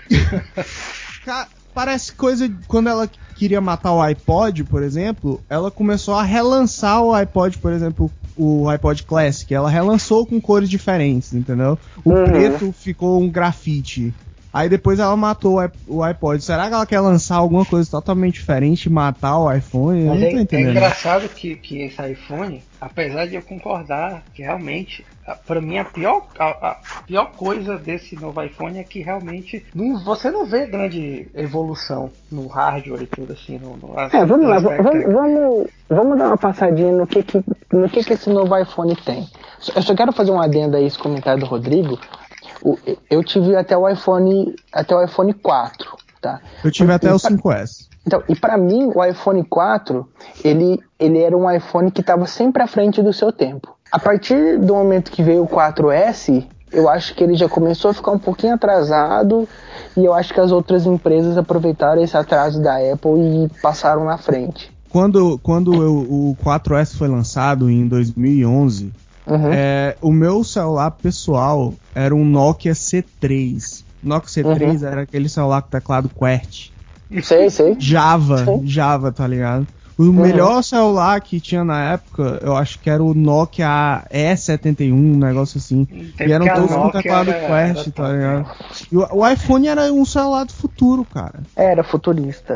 Parece coisa quando ela queria matar o iPod, por exemplo, ela começou a relançar o iPod, por exemplo, o iPod Classic. Ela relançou com cores diferentes, entendeu? O preto ficou um grafite. Aí depois ela matou o iPod. Será que ela quer lançar alguma coisa totalmente diferente e matar o iPhone? Eu não tô entendendo. É engraçado que esse iPhone, apesar de eu concordar que realmente, pra mim a pior coisa desse novo iPhone é que realmente você não vê grande evolução no hardware e tudo assim. Vamos lá, vamos dar uma passadinha no que esse novo iPhone tem. Eu só quero fazer um adendo a esse comentário do Rodrigo. Eu tive até o iPhone 4, tá? Eu tive até o 5S. Então, e pra mim, o iPhone 4, ele era um iPhone que estava sempre à frente do seu tempo. A partir do momento que veio o 4S, eu acho que ele já começou a ficar um pouquinho atrasado, e eu acho que as outras empresas aproveitaram esse atraso da Apple e passaram na frente. Quando o 4S foi lançado em 2011... o meu celular pessoal era um Nokia C3. Nokia C3 era aquele celular com teclado QWERTY. Sei. Java, tá ligado? O melhor celular que tinha na época, eu acho que era o Nokia E71, um negócio assim. E eram todos com teclado QWERTY, tá ligado? E o iPhone era um celular do futuro, cara. Era futurista.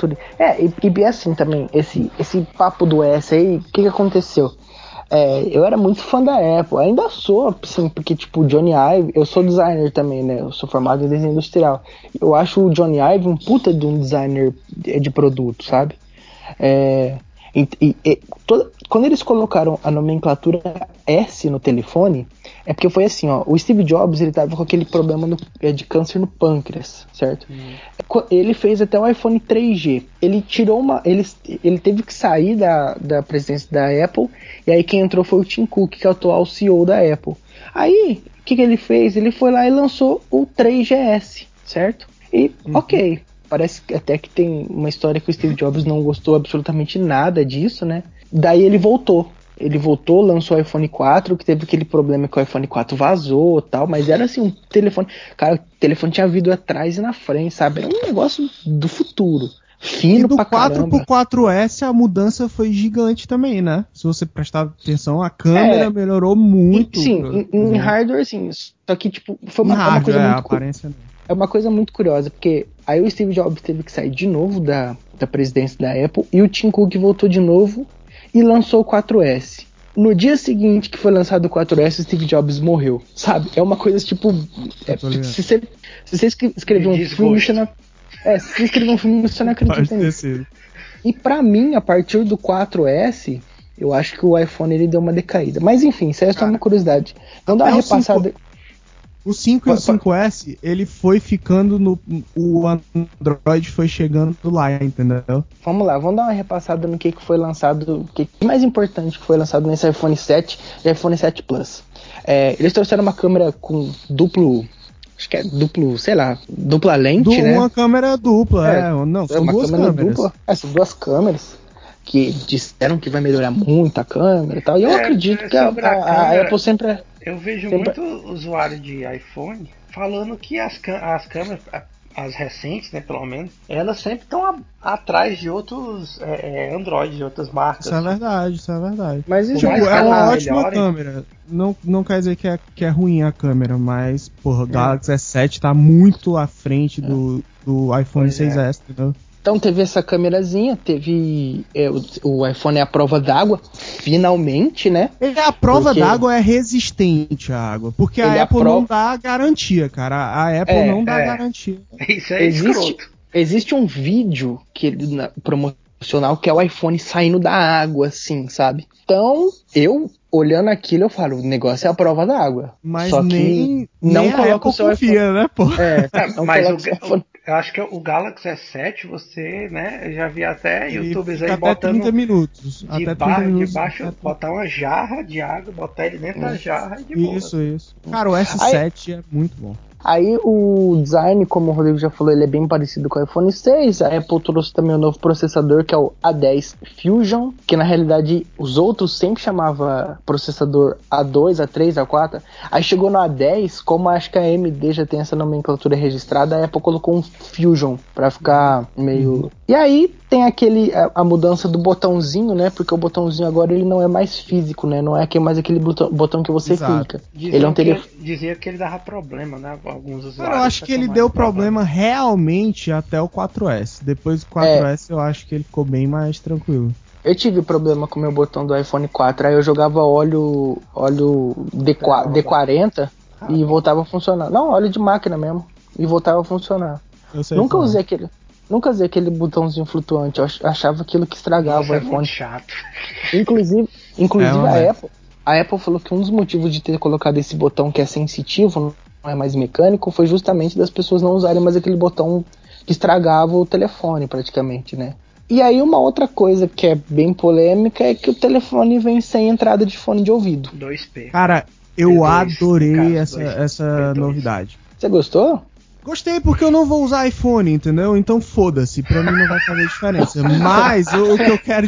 E assim também, esse papo do S aí, o que aconteceu? Eu era muito fã da Apple, ainda sou, assim, porque tipo, o Johnny Ive, eu sou designer também, né, eu sou formado em desenho industrial, eu acho o Johnny Ive um puta de um designer de produto, sabe? Quando eles colocaram a nomenclatura S no telefone, é porque foi assim, ó, o Steve Jobs, ele tava com aquele problema de câncer no pâncreas, certo? Ele fez até o iPhone 3G, ele tirou ele teve que sair da presidência da Apple, e aí quem entrou foi o Tim Cook, que é o atual CEO da Apple. Aí, o que ele fez? Ele foi lá e lançou o 3GS, certo? E, ok, parece até que tem uma história que o Steve Jobs não gostou absolutamente nada disso, né? Daí ele voltou, lançou o iPhone 4, que teve aquele problema que o iPhone 4 vazou e tal, mas era assim, um telefone... Cara, o telefone tinha vidro atrás e na frente, sabe? Era um negócio do futuro. Fino pra caramba. E do 4 pro 4S a mudança foi gigante também, né? Se você prestar atenção, a câmera melhorou muito. Sim, em hardware, sim. Só que, tipo, foi uma coisa muito... aparência não. É uma coisa muito curiosa, porque aí o Steve Jobs teve que sair de novo da presidência da Apple, e o Tim Cook voltou de novo e lançou o 4S. No dia seguinte que foi lançado o 4S, o Steve Jobs morreu, sabe? É uma coisa tipo... se você escrever um filme, você não... se você escrever um filme, você não acredita nisso. E pra mim, a partir do 4S, eu acho que o iPhone ele deu uma decaída. Mas enfim, isso é só uma curiosidade. Vamos dar uma repassada... O 5 e o 5S, ele foi ficando o Android foi chegando lá, entendeu? Vamos lá, vamos dar uma repassada no que foi lançado, o que mais importante que foi lançado nesse iPhone 7 e iPhone 7 Plus. Eles trouxeram uma câmera com duplo, acho que é duplo, sei lá, dupla lente, né? Uma câmera dupla, não, são duas câmeras. Dupla. São duas câmeras que disseram que vai melhorar muito a câmera e tal, e eu acredito que a Apple sempre... Eu vejo muito usuário de iPhone falando que as câmeras, as recentes, né, pelo menos, elas sempre estão atrás de outros Android, de outras marcas. Isso é verdade. Mas isso é uma ótima câmera. Não quer dizer que é ruim a câmera, mas, porra, o Galaxy S7 tá muito à frente do iPhone 6S, entendeu? Então teve essa câmerazinha, teve o iPhone é a prova d'água, finalmente, né? A prova Porque d'água é resistente à água, porque ele a Apple não aprova- dá garantia, cara. A Apple não dá garantia. Isso é existe, escroto. existe um vídeo promocional que é o iPhone saindo da água, assim, sabe? Então, eu, olhando aquilo, eu falo, o negócio é a prova d'água. Mas Só nem, que não nem a coloca Apple o seu confia, iPhone. né, pô? Não Mas coloca o seu iPhone. eu acho que o Galaxy S7, você, né, eu já vi até Ele YouTubers fica aí até 30 botando minutos. Até 30 minutos. debaixo, botar uma jarra de água, botar ele dentro da jarra e de boa. Isso. Cara, o S7 é muito bom. Aí o design, como o Rodrigo já falou, ele é bem parecido com o iPhone 6. A Apple trouxe também um novo processador, que é o A10 Fusion, que na realidade os outros sempre chamava processador A2, A3, A4. Aí chegou no A10, como acho que a AMD já tem essa nomenclatura registrada, a Apple colocou um Fusion pra ficar meio... E aí tem a mudança do botãozinho, né? Porque o botãozinho agora ele não é mais físico, né? Não é mais aquele botão que você Exato. clica. Ele é um telefone. Dizia que ele dava problema, né? Alguns usuários. Cara, eu acho que ele deu problema realmente até o 4S. Depois do 4S eu acho que ele ficou bem mais tranquilo. Eu tive problema com o meu botão do iPhone 4, aí eu jogava óleo D40 e voltava a funcionar. Não, óleo de máquina mesmo, e voltava a funcionar. Eu sei Nunca usei aquele botãozinho flutuante, eu achava aquilo que estragava o iPhone. É muito chato. Inclusive a Apple falou que um dos motivos de ter colocado esse botão que é sensitivo, não é mais mecânico, foi justamente das pessoas não usarem mais aquele botão que estragava o telefone praticamente, né? E aí uma outra coisa que é bem polêmica é que o telefone vem sem entrada de fone de ouvido. 2P. Cara, eu P2, adorei no caso, essa P2. novidade. Você gostou? Gostei porque eu não vou usar iPhone, entendeu? Então foda-se, pra mim não vai fazer diferença. Mas o que eu quero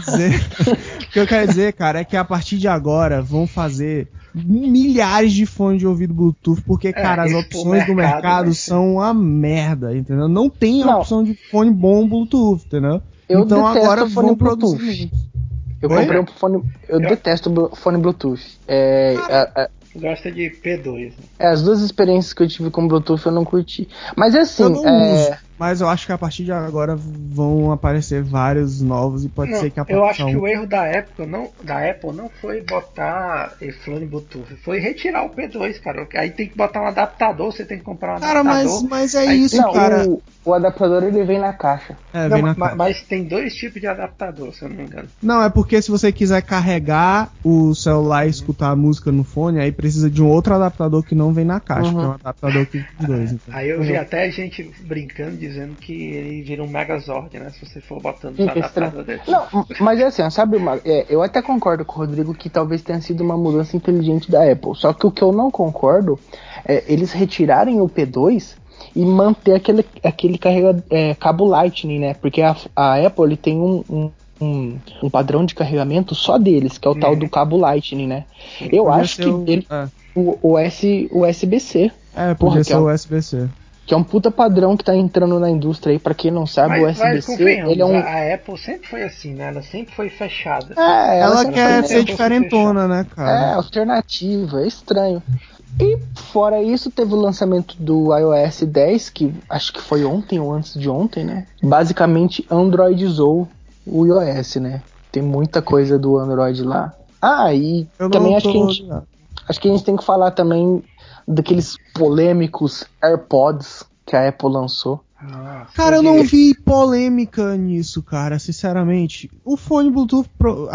dizer, cara, é que a partir de agora vão fazer milhares de fones de ouvido Bluetooth, porque, cara, as opções do mercado são uma merda, entendeu? Não tem opção de fone bom Bluetooth, entendeu? Então agora vão produzir muito. Eu comprei um fone, eu detesto fone Bluetooth. Gosta de P2. Né? As duas experiências que eu tive com Bluetooth eu não curti. Mas assim, eu não uso, mas eu acho que a partir de agora vão aparecer vários novos e pode ser que a eu acho que o erro da Apple não foi botar fone Bluetooth, foi retirar o P2, cara. Aí tem que botar um adaptador, você tem que comprar um adaptador. Mas é isso, não, cara. O adaptador ele vem na caixa. Vem na caixa. Mas tem dois tipos de adaptador, se eu não me engano. Não, é porque se você quiser carregar o celular e escutar a música no fone, aí precisa de um outro adaptador que não vem na caixa, que é um adaptador que tem dois. Então. Aí eu vi até gente brincando, dizendo que ele vira um Megazord, né? Se você for botando os adaptadores dele. Não, mas é assim, sabe, eu até concordo com o Rodrigo que talvez tenha sido uma mudança inteligente da Apple. Só que o que eu não concordo é eles retirarem o P2 e manter aquele cabo Lightning, né? Porque a Apple ele tem um padrão de carregamento só deles, que é o tal do cabo Lightning, né? Eu acho que o USB-C. Podia ser o USB-C. Que é um puta padrão que tá entrando na indústria aí, pra quem não sabe, o USB-C, ele é a Apple sempre foi assim, né? Ela sempre foi fechada. Ela quer ser diferentona, né, cara? Alternativa, é estranho. E fora isso, teve o lançamento do iOS 10, que acho que foi ontem ou antes de ontem, né? Basicamente Androidizou o iOS, né? Tem muita coisa do Android lá. E também acho que a gente tem que falar também daqueles polêmicos AirPods que a Apple lançou. Nossa, cara, eu não vi polêmica nisso, cara, sinceramente. O fone Bluetooth,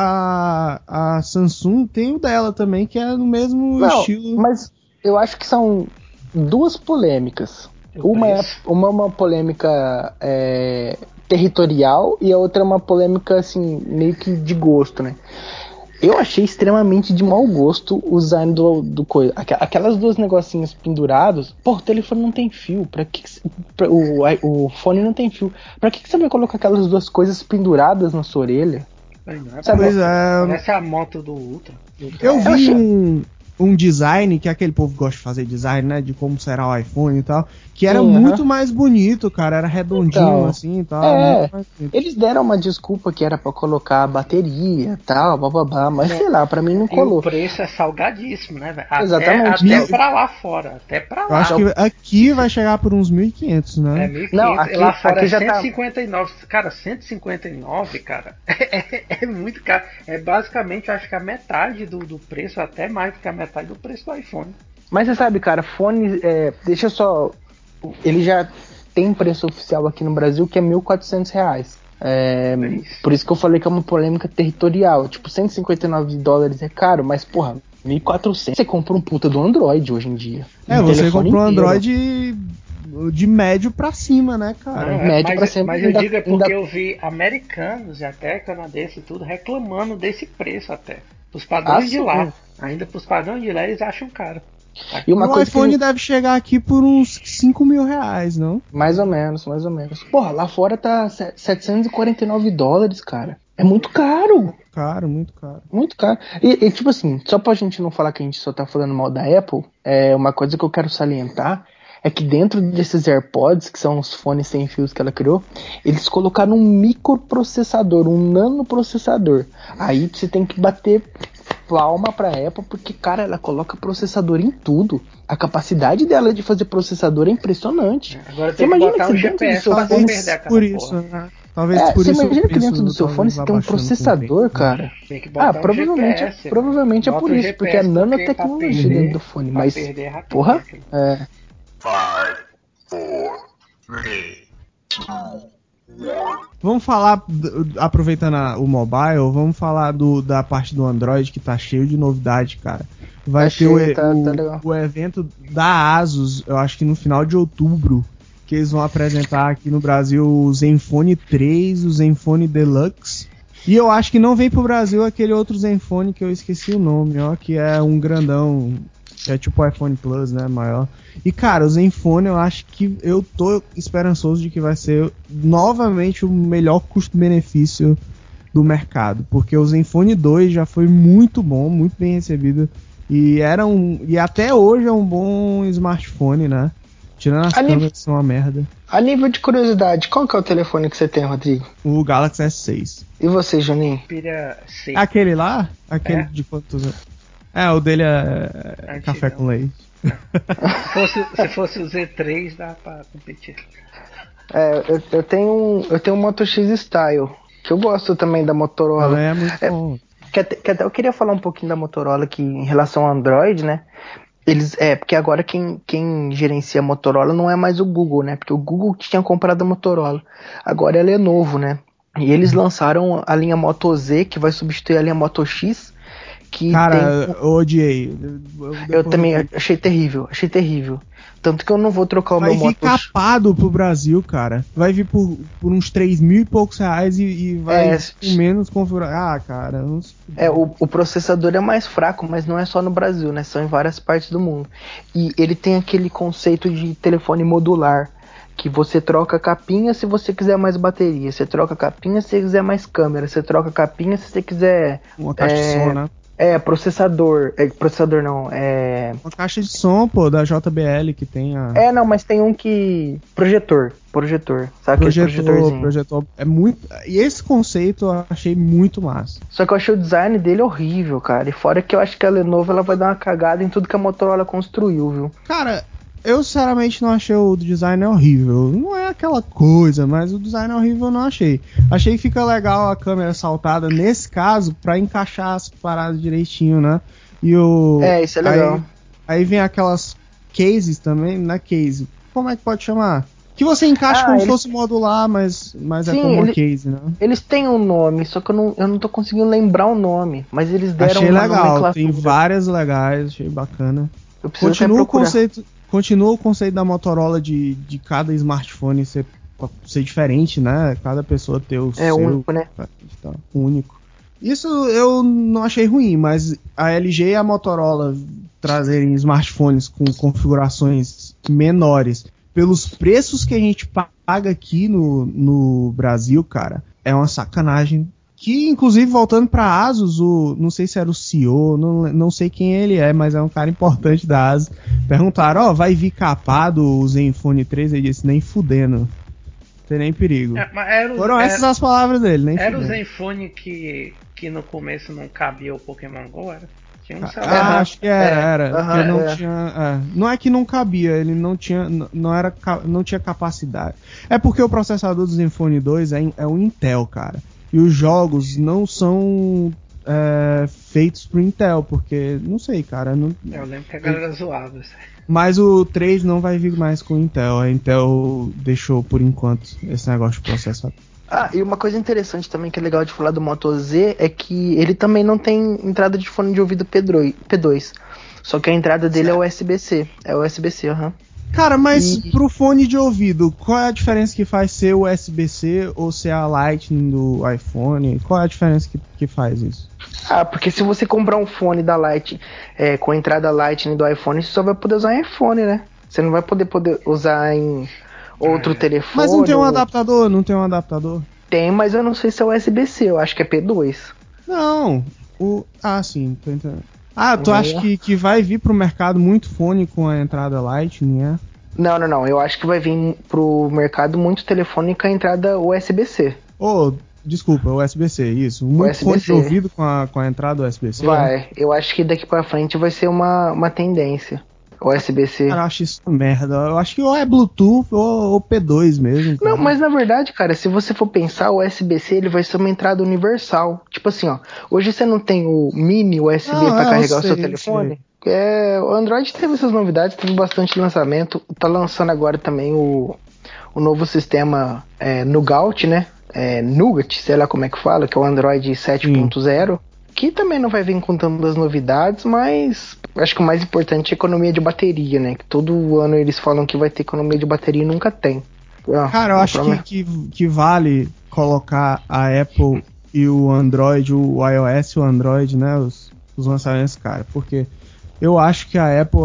a Samsung tem o dela também, que é no mesmo estilo. Mas eu acho que são duas polêmicas. Uma é uma polêmica territorial e a outra é uma polêmica, assim, meio que de gosto, né? Eu achei extremamente de mau gosto usando aquelas duas negocinhos pendurados. Pô, o telefone não tem fio. O fone não tem fio. Pra que você vai colocar aquelas duas coisas penduradas na sua orelha? Parece a moto do Ultra. um design, que aquele povo gosta de fazer design, né? De como será o iPhone e tal. Que era Sim, muito mais bonito, cara. Era redondinho Então, assim e tal. Muito mais bonito. eles deram uma desculpa que era pra colocar a bateria e tal, bababá, mas sei lá, pra mim não E o colou. preço é salgadíssimo, né, velho? Exatamente. Até pra lá fora. Até pra Eu lá. acho que aqui vai chegar por uns 1.500, né? É 1.500. Não, E lá fora aqui é já tá- 159. Cara, 159, cara, é muito caro. É basicamente, eu acho que a metade do preço, até mais do que a metade do preço do iPhone. Mas você sabe, cara, fone, deixa eu só, ele já tem preço oficial aqui no Brasil que é R$1.400. Por isso que eu falei que é uma polêmica territorial. Tipo, $159 é caro, mas porra, 1.400 você compra um puta do Android hoje em dia. Você telefone comprou um inteiro. Android de médio pra cima, né, cara? Não, médio pra sempre, mas eu ainda- digo é porque ainda- eu vi americanos e até canadenses e tudo reclamando desse preço até. Os padrões de sim. lá. Ainda pros padrões de lá eles acham caro. E uma o coisa iPhone que, deve chegar aqui por uns R$5.000, não? mais ou menos. Porra, lá fora tá $749, cara. É muito caro. Caro, muito caro. Muito caro. E, tipo assim, só pra gente não falar que a gente só tá falando mal da Apple, uma coisa que eu quero salientar é que dentro desses AirPods, que são os fones sem fios que ela criou, eles colocaram um microprocessador, um nanoprocessador. Aí você tem que bater palma pra Apple, porque, cara, ela coloca processador em tudo. A capacidade dela de fazer processador é impressionante. Agora Você tem que imagina botar que um dentro do GPS seu pra fone... não perder aquela Por porra. isso, né? Talvez por você isso imagina o que dentro do preço seu fone talvez você vá tem um baixando com o processador, tempo, né? cara. Tem que botar um GPS. Provavelmente é Bota por um isso, porque é GPS nanotecnologia pra dentro do fone. pra Mas, perder rapidinho porra, aquilo. 5, 4, 3, 2, 1. Vamos falar, aproveitando o mobile, vamos falar da parte do Android que tá cheio de novidade, cara. Vai Tá ter cheio, tá legal. o evento da Asus, eu acho que no final de outubro, que eles vão apresentar aqui no Brasil o Zenfone 3, o Zenfone Deluxe. E eu acho que não vem pro Brasil aquele outro Zenfone que eu esqueci o nome, ó, que é um grandão, que é tipo o iPhone Plus, né, maior. E, cara, o Zenfone eu acho que eu tô esperançoso de que vai ser novamente o melhor custo-benefício do mercado, porque o Zenfone 2 já foi muito bom, muito bem recebido, e até hoje é um bom smartphone, né? Tirando as câmeras que são uma merda. A nível de curiosidade, qual que é o telefone que você tem, Rodrigo? O Galaxy S6. E você, Juninho? Xperia C. Aquele lá? Aquele É. de quantos anos? O dele é Antigão. café com leite. Se fosse o Z3, dá pra competir. Eu tenho um Moto X Style, que eu gosto também da Motorola. Também é muito bom. Que até eu queria falar um pouquinho da Motorola aqui em relação ao Android, né? Porque agora quem gerencia a Motorola não é mais o Google, né? Porque o Google tinha comprado a Motorola. Agora ela é novo, né? E eles lançaram a linha Moto Z, que vai substituir a linha Moto X, que Cara, tem... eu odiei. Eu também achei terrível. Tanto que eu não vou trocar o Vai meu vir Moto... capado pro Brasil, cara. Vai vir por uns 3.000 e poucos reais e vai com menos configuração. Ah, cara. O processador é mais fraco, mas não é só no Brasil, né? São em várias partes do mundo. E ele tem aquele conceito de telefone modular, que você troca a capinha se você quiser mais bateria, você troca a capinha se você quiser mais câmera, você troca a capinha se você quiser... Uma caixa de som, né? Processador. Processador não, Uma caixa de som, pô, da JBL que tem a... não, mas tem um que... Projetor, sabe aquele projetorzinho? Projetor é muito... E esse conceito eu achei muito massa. Só que eu achei o design dele horrível, cara. E fora que eu acho que a Lenovo ela vai dar uma cagada em tudo que a Motorola construiu, viu? Cara, eu sinceramente não achei o design horrível. Não é aquela coisa, mas o design horrível eu não achei. Achei que fica legal a câmera saltada, nesse caso, pra encaixar as paradas direitinho, né? E isso é legal. Aí vem aquelas cases também, na case. Como é que pode chamar? Que você encaixa como se fosse modular, mas Sim, é como uma case, né? Eles têm um nome, só que eu não tô conseguindo lembrar o nome. Mas eles deram achei uma legal, nomenclatura. tem várias legais, achei bacana. Eu preciso até procurar. Continua o conceito da Motorola de cada smartphone ser diferente, né? Cada pessoa ter o seu. Único, né? Único. Isso eu não achei ruim, mas a LG e a Motorola trazerem smartphones com configurações menores pelos preços que a gente paga aqui no Brasil, cara, é uma sacanagem Que, inclusive, voltando pra Asus, não sei se era o CEO, não sei quem ele é, mas é um cara importante da Asus. Perguntaram, vai vir capado o Zenfone 3? Ele disse, nem fudendo. Não tem nem perigo. Foram essas as palavras dele, nem era fudendo. Era o Zenfone que no começo não cabia o Pokémon GO, era? Tinha um celular. Acho que era. Porque não é. tinha. Não é que não cabia, ele não tinha. Não tinha capacidade. É porque o processador do Zenfone 2 é um Intel, cara. E os jogos não são feitos pro Intel, porque. Não sei, cara. Eu lembro que a galera zoava. Mas o 3 não vai vir mais com Intel. A Intel deixou por enquanto esse negócio de processador. E uma coisa interessante também que é legal de falar do Moto Z é que ele também não tem entrada de fone de ouvido P2. Só que a entrada dele é USB-C. É USB-C, aham. Cara, mas pro fone de ouvido, qual é a diferença que faz ser o USB-C ou ser a Lightning do iPhone? Qual é a diferença que faz isso? Porque se você comprar um fone da Lightning com a entrada Lightning do iPhone, você só vai poder usar em iPhone, né? Você não vai poder usar em outro telefone. Mas não tem um adaptador? Não tem um adaptador? Tem, mas eu não sei se é USB-C, eu acho que é P2. Não, sim, tô entendendo. Tu acha que vai vir pro mercado muito fone com a entrada Lightning, é? Não, eu acho que vai vir pro mercado muito telefone com a entrada USB-C. Desculpa, USB-C, isso. Muito USB-C. Fone de ouvido com a entrada USB-C? Vai, eu acho que daqui pra frente vai ser uma tendência. USB-C. Cara, eu acho isso merda. Eu acho que ou é Bluetooth ou P2 mesmo. Cara. Não, mas na verdade, cara, se você for pensar, o USB-C ele vai ser uma entrada universal. Tipo assim, hoje você não tem o mini USB pra carregar o seu telefone? O Android teve essas novidades, teve bastante lançamento. Tá lançando agora também o novo sistema Nougat, né? Nougat, sei lá como é que fala, que é o Android 7.0. Que também não vai vir com tantas novidades, mas acho que o mais importante é a economia de bateria, né? Que todo ano eles falam que vai ter economia de bateria e nunca tem. Cara, eu acho que vale colocar a Apple e o Android, o iOS e o Android, né? Os lançamentos, cara. Porque eu acho que a Apple,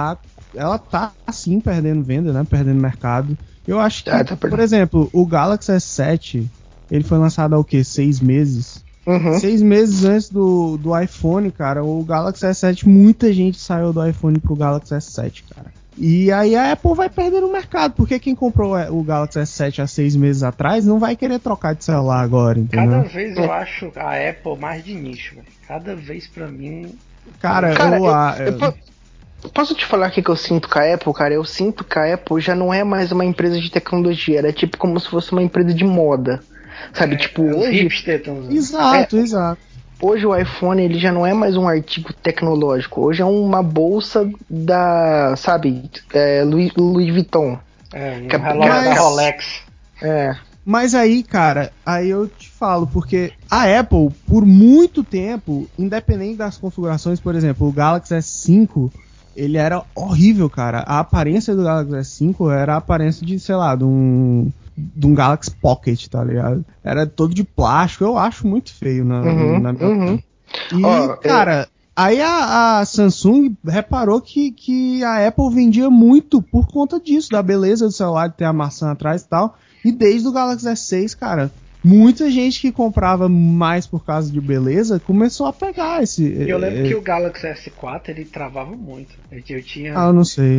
ela tá assim perdendo venda, né? Perdendo mercado. Eu acho que, por exemplo, o Galaxy S7, ele foi lançado há o quê? 6 meses? 6 meses antes do iPhone, cara, o Galaxy S7, muita gente saiu do iPhone pro Galaxy S7, cara. E aí a Apple vai perder no mercado, porque quem comprou o Galaxy S7 há 6 meses atrás não vai querer trocar de celular agora, entendeu? Cada vez eu acho a Apple mais de nicho, velho. Cada vez pra mim... Cara, Posso te falar o que eu sinto com a Apple, cara? Eu sinto que a Apple já não é mais uma empresa de tecnologia, ela é tipo como se fosse uma empresa de moda. Sabe, hoje... Exato. Hoje o iPhone ele já não é mais um artigo tecnológico. Hoje é uma bolsa da, sabe, Louis Vuitton. Um relógio da Rolex. Mas aí, cara, aí eu te falo, porque a Apple, por muito tempo, independente das configurações, por exemplo, o Galaxy S5, ele era horrível, cara. A aparência do Galaxy S5 era a aparência de, sei lá, de um Galaxy Pocket, tá ligado? Era todo de plástico, eu acho muito feio na minha opinião. E, cara, aí a Samsung reparou que a Apple vendia muito por conta disso, da beleza do celular, de ter a maçã atrás e tal. E desde o Galaxy S6, cara, muita gente que comprava mais por causa de beleza começou a pegar esse... Eu lembro que o Galaxy S4, ele travava muito. Eu tinha... eu não sei.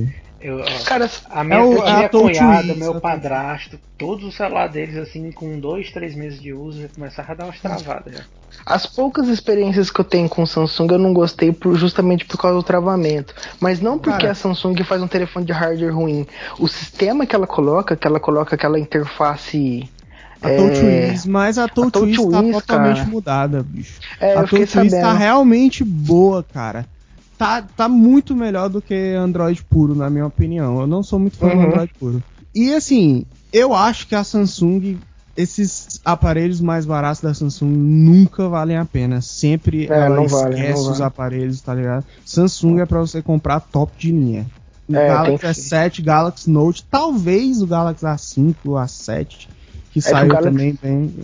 Cara, a minha cunhada, meu padrasto, todos os celulares deles, assim, com 2, 3 meses de uso, já começaram a dar umas travadas. Já. As poucas experiências que eu tenho com o Samsung, eu não gostei justamente por causa do travamento. Mas não porque a Samsung faz um telefone de hardware ruim. O sistema que ela coloca aquela interface... A TouchWiz, mas a TouchWiz tá totalmente mudada, bicho. A TouchWiz tá realmente boa, cara. Tá muito melhor do que Android puro, na minha opinião. Eu não sou muito fã do Android puro. E assim, eu acho que a Samsung, esses aparelhos mais baratos da Samsung nunca valem a pena. Sempre ela esquece os aparelhos, tá ligado? Samsung é pra você comprar top de linha. O Galaxy S7, Galaxy Note, talvez o Galaxy A5, o A7, que saiu também bem...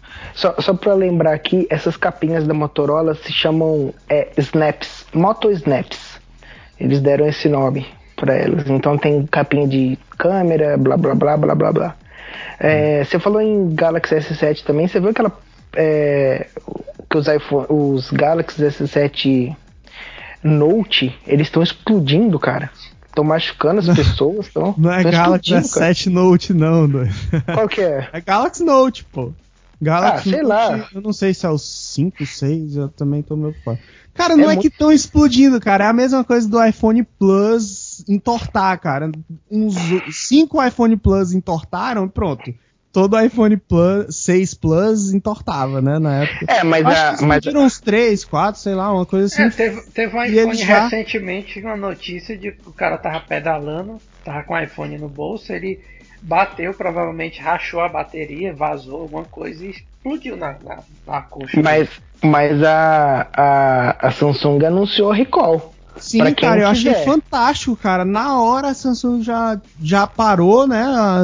Só pra lembrar aqui, essas capinhas da Motorola se chamam Snaps, Moto Snaps. Eles deram esse nome pra elas. Então tem capinha de câmera, blá blá blá blá blá blá. Você falou em Galaxy S7 também, você viu aquela que os Galaxy S7 Note, eles estão explodindo, cara. Estão machucando as pessoas. Não é Galaxy S7 Note, não, doido. Qual que é? É Galaxy Note, pô. Galaxy sei Note, lá. eu não sei se é o 5, 6, eu também tô meio fora. Cara, não é que estão explodindo, cara. É a mesma coisa do iPhone Plus entortar, cara. Uns 5 iPhone Plus entortaram e pronto. Todo iPhone Plus, 6 Plus entortava, né, na época. Acho que explodiram uns 3, 4, sei lá, uma coisa assim. Teve um iPhone recentemente, uma notícia de que o cara tava pedalando, tava com o iPhone no bolso, ele bateu, provavelmente rachou a bateria, vazou alguma coisa e explodiu na coxa. Mas a Samsung anunciou recall. Sim, cara, eu achei fantástico, cara. Na hora a Samsung já parou, né,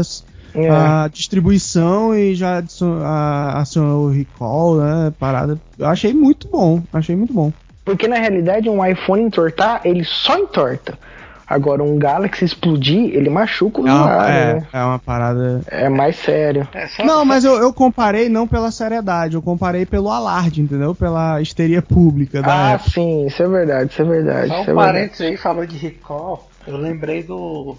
a distribuição e já acionou o recall, né, parada. Eu achei muito bom, Porque na realidade um iPhone entortar, ele só entorta. Agora um Galaxy explodir, ele machuca o usuário, né? É uma parada... É mais sério. Mas eu comparei não pela seriedade, eu comparei pelo alarde, entendeu? Pela histeria pública da época. Sim, isso é verdade. Só um parênteses aí, falou de recall, eu lembrei do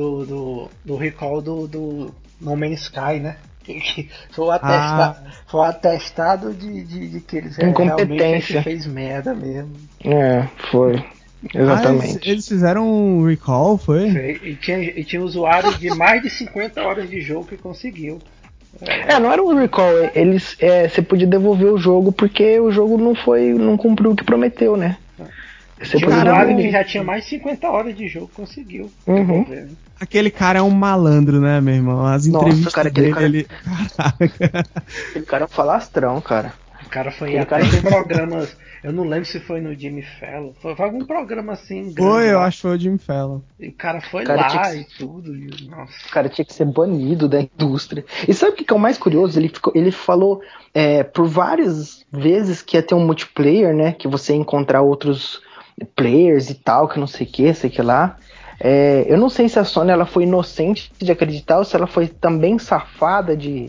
recall do No Man's Sky, né? Que foi o atestado de que eles realmente fez merda mesmo. Foi. Exatamente. Eles fizeram um recall, foi? E tinha usuário de mais de 50 horas de jogo que conseguiu. Não era um recall, você podia devolver o jogo porque o jogo não cumpriu o que prometeu, né? Tinha um usuário que já tinha mais de 50 horas de jogo, conseguiu devolver. Aquele cara é um malandro, né, meu irmão? As entrevistas dele... Caraca. Aquele cara é um falastrão, cara. O cara foi até em programas... Eu não lembro se foi no Jimmy Fallon. Foi algum programa assim grande. Eu acho que foi o Jimmy Fallon. E o cara foi lá e tudo. Nossa. O cara tinha que ser banido da indústria. E sabe o que é o mais curioso? Ele falou por várias vezes que ia ter um multiplayer, né? Que você ia encontrar outros players e tal, que não sei o que, sei que lá. Eu não sei se a Sony ela foi inocente de acreditar ou se ela foi também safada de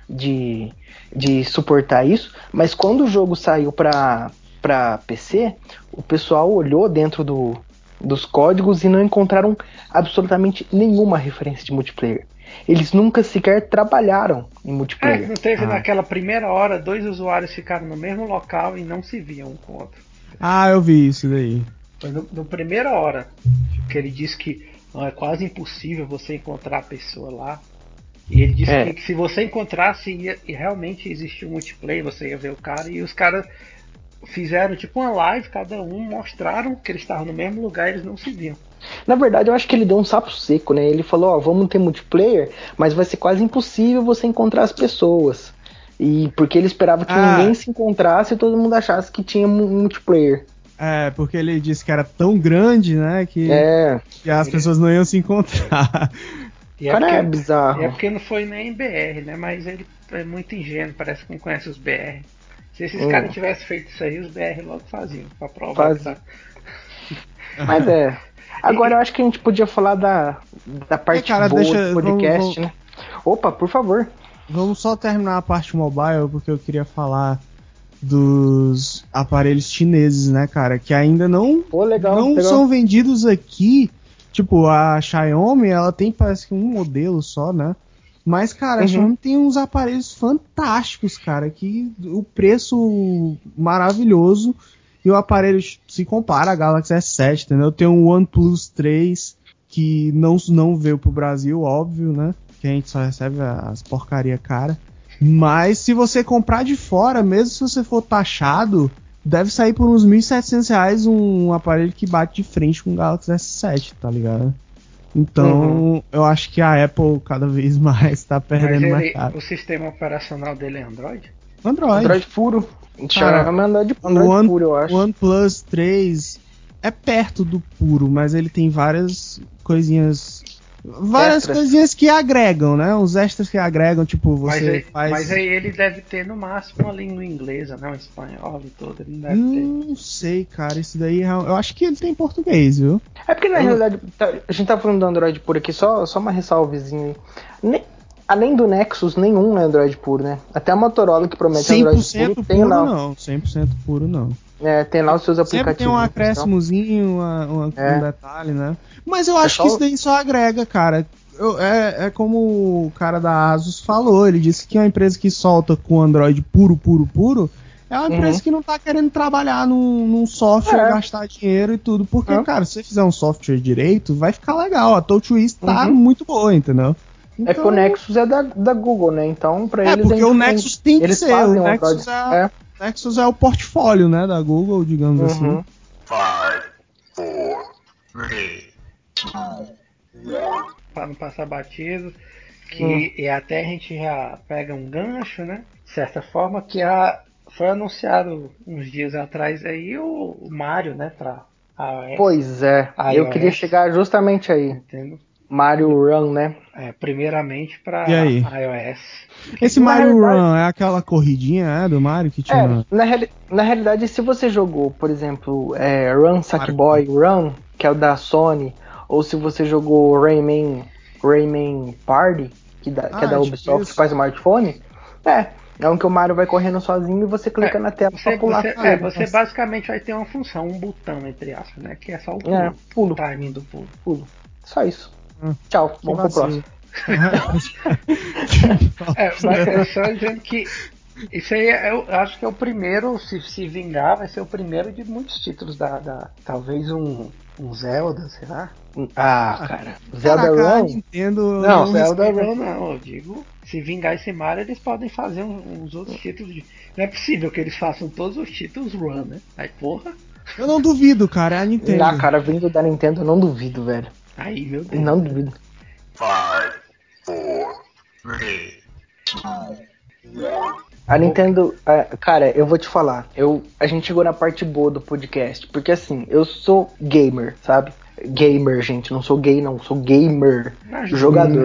suportar isso, mas quando o jogo saiu para PC, o pessoal olhou dentro dos códigos e não encontraram absolutamente nenhuma referência de multiplayer. Eles nunca sequer trabalharam em multiplayer. Não teve naquela primeira hora, 2 usuários ficaram no mesmo local e não se viam um com o outro. Eu vi isso daí. Foi no primeira hora que ele disse que é quase impossível você encontrar a pessoa lá. E ele disse que se você encontrasse e realmente existia um multiplayer, você ia ver o cara. E os caras fizeram tipo uma live, cada um mostraram que eles estavam no mesmo lugar e eles não se viam. Na verdade, eu acho que ele deu um sapo seco, né? Ele falou, vamos ter multiplayer, mas vai ser quase impossível você encontrar as pessoas. E porque ele esperava que ninguém se encontrasse e todo mundo achasse que tinha multiplayer. Porque ele disse que era tão grande, né, que as pessoas não iam se encontrar. Cara, é bizarro. É porque não foi nem BR, né? Mas ele é muito ingênuo, parece que não conhece os BR. Se esses caras tivessem feito isso aí, os BR logo faziam, pra provar que tá. Mas Agora eu acho que a gente podia falar da parte boa do podcast, né? Opa, por favor. Vamos só terminar a parte mobile, porque eu queria falar dos aparelhos chineses, né, cara? Que ainda não são vendidos aqui. Tipo, a Xiaomi, ela tem, parece que um modelo só, né? Mas, cara, a Xiaomi tem uns aparelhos fantásticos, cara, que o preço maravilhoso e o aparelho se compara a Galaxy S7, entendeu? Tem um OnePlus 3 que não veio pro Brasil, óbvio, né? Que a gente só recebe as porcaria cara. Mas se você comprar de fora, mesmo se você for taxado, deve sair por uns R$1.700 um aparelho que bate de frente com o Galaxy S7, tá ligado? Então, eu acho que a Apple cada vez mais tá perdendo mercado. O sistema operacional dele é Android? Android puro. Cara, Android puro, eu acho. O OnePlus 3 é perto do puro, mas ele tem várias coisinhas... coisinhas que agregam, né? Uns extras que agregam, tipo, você faz... Mas aí ele deve ter no máximo uma língua inglesa, né? Um espanhol e tudo, ele não deve ter. Não sei, cara, isso daí eu acho que ele tem português, viu? É porque na realidade, a gente tá falando do Android por aqui, só uma ressalvezinha aí. além do Nexus, nenhum é Android puro, né? Até a Motorola que promete Android puro, tem puro lá. não, 100% puro não. Tem lá os seus aplicativos. Sempre tem um acréscimozinho, um detalhe, né? Mas eu acho que isso daí só agrega, cara. É como o cara da Asus falou, ele disse que é uma empresa que solta com Android puro, é uma empresa que não tá querendo trabalhar num software, gastar dinheiro e tudo, porque, cara, se você fizer um software direito, vai ficar legal. A TouchWiz tá muito boa, entendeu? Então... É que o Nexus é da Google, né? Então, pra eles... porque o Nexus tem que ser, o Nexus Nexus é o portfólio, né, da Google, digamos assim. 5, 4, 3, 2, 1. Para não passar batido, e até a gente já pega um gancho, né? De certa forma, foi anunciado uns dias atrás aí o Mario, né? Pra iOS. Pois é, eu queria chegar justamente aí. Entendo. Mario Run, né? Primeiramente para iOS. Esse Mario Run é aquela corridinha do Mario que tinha... Na realidade, se você jogou, por exemplo, Run Sackboy Run, que é o da Sony, ou se você jogou Rayman Party, que é da Ubisoft, que faz smartphone, é um que o Mario vai correndo sozinho e você clica na tela pra pular. Você basicamente vai ter uma função, um botão, entre aspas, né? Que é só o pulo. O timing do pulo. Só isso. Tchau, vamos pro próximo. Mas só dizendo que isso aí eu acho que é o primeiro, se vingar, vai ser o primeiro de muitos títulos talvez um Zelda, sei lá. Cara. Zelda Run? Nintendo, não, Zelda Run não, eu digo, se vingar esse Mario, eles podem fazer uns outros títulos. Não é possível que eles façam todos os títulos Run, né? Aí, porra. Eu não duvido, cara, é a Nintendo. Cara, vindo da Nintendo, eu não duvido, velho. Aí, meu Deus. Não duvido. 5, 4, 3, 2, 1. A Nintendo, cara, eu vou te falar, a gente chegou na parte boa do podcast, porque assim, eu sou gamer, sabe? Gamer, gente, não sou gay não, sou gamer, jogador.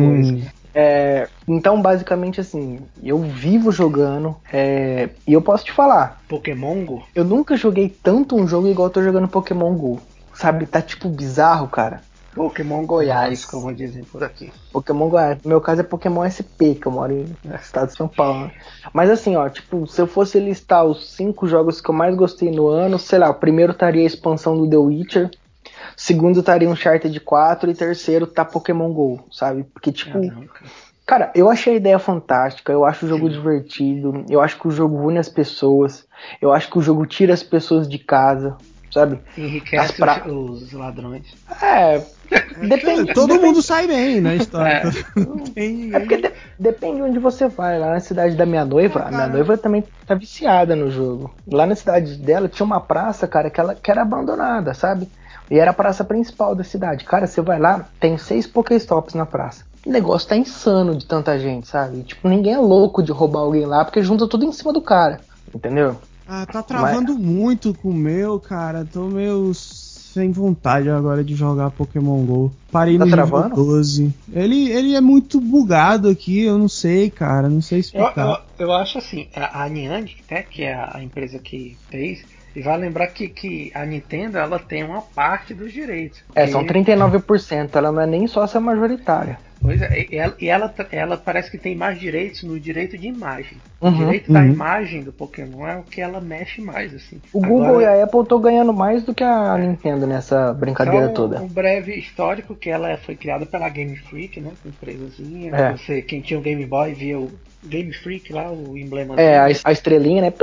Então, basicamente assim, eu vivo jogando, e eu posso te falar, Pokémon Go? Eu nunca joguei tanto um jogo igual eu tô jogando Pokémon Go, sabe? Tá tipo bizarro, cara. Pokémon Goiás, como dizem por aqui. Pokémon Goiás. No meu caso é Pokémon SP, que eu moro no estado de São Paulo. Né? Mas assim, ó, tipo, se eu fosse listar os 5 jogos que eu mais gostei no ano, sei lá, o primeiro estaria a expansão do The Witcher, o segundo estaria Uncharted 4 e terceiro tá Pokémon GO, sabe? Porque, tipo... Cara, eu achei a ideia fantástica, eu acho o jogo divertido, eu acho que o jogo une as pessoas, eu acho que o jogo tira as pessoas de casa, sabe? Enriquece os ladrões. Depende. Todo mundo sai bem na história. Porque depende de onde você vai. Lá na cidade da minha noiva, a minha noiva também tá viciada no jogo. Lá na cidade dela tinha uma praça, cara, que era abandonada, sabe? E era a praça principal da cidade. Cara, você vai lá, tem 6 Pokéstops na praça. O negócio tá insano de tanta gente, sabe? Tipo, ninguém é louco de roubar alguém lá, porque junta tudo em cima do cara, entendeu? Tá travando muito com o meu, cara. Tô meio sem vontade agora de jogar Pokémon GO. Parei no nível 12. Ele é muito bugado aqui, eu não sei, cara. Não sei explicar. Eu acho assim, a Niantic, né, que é a empresa que fez, e vai lembrar que a Nintendo ela tem uma parte dos direitos. São 39%, ela não é nem sócia majoritária. Pois é, e ela parece que tem mais direitos no direito de imagem. O direito da imagem do Pokémon é o que ela mexe mais, assim. O Google e a Apple estão ganhando mais do que a Nintendo nessa brincadeira toda. Um breve histórico, que ela foi criada pela Game Freak, né, empresazinha. Quem tinha o Game Boy via o Game Freak lá, o emblema dele. A estrelinha, né?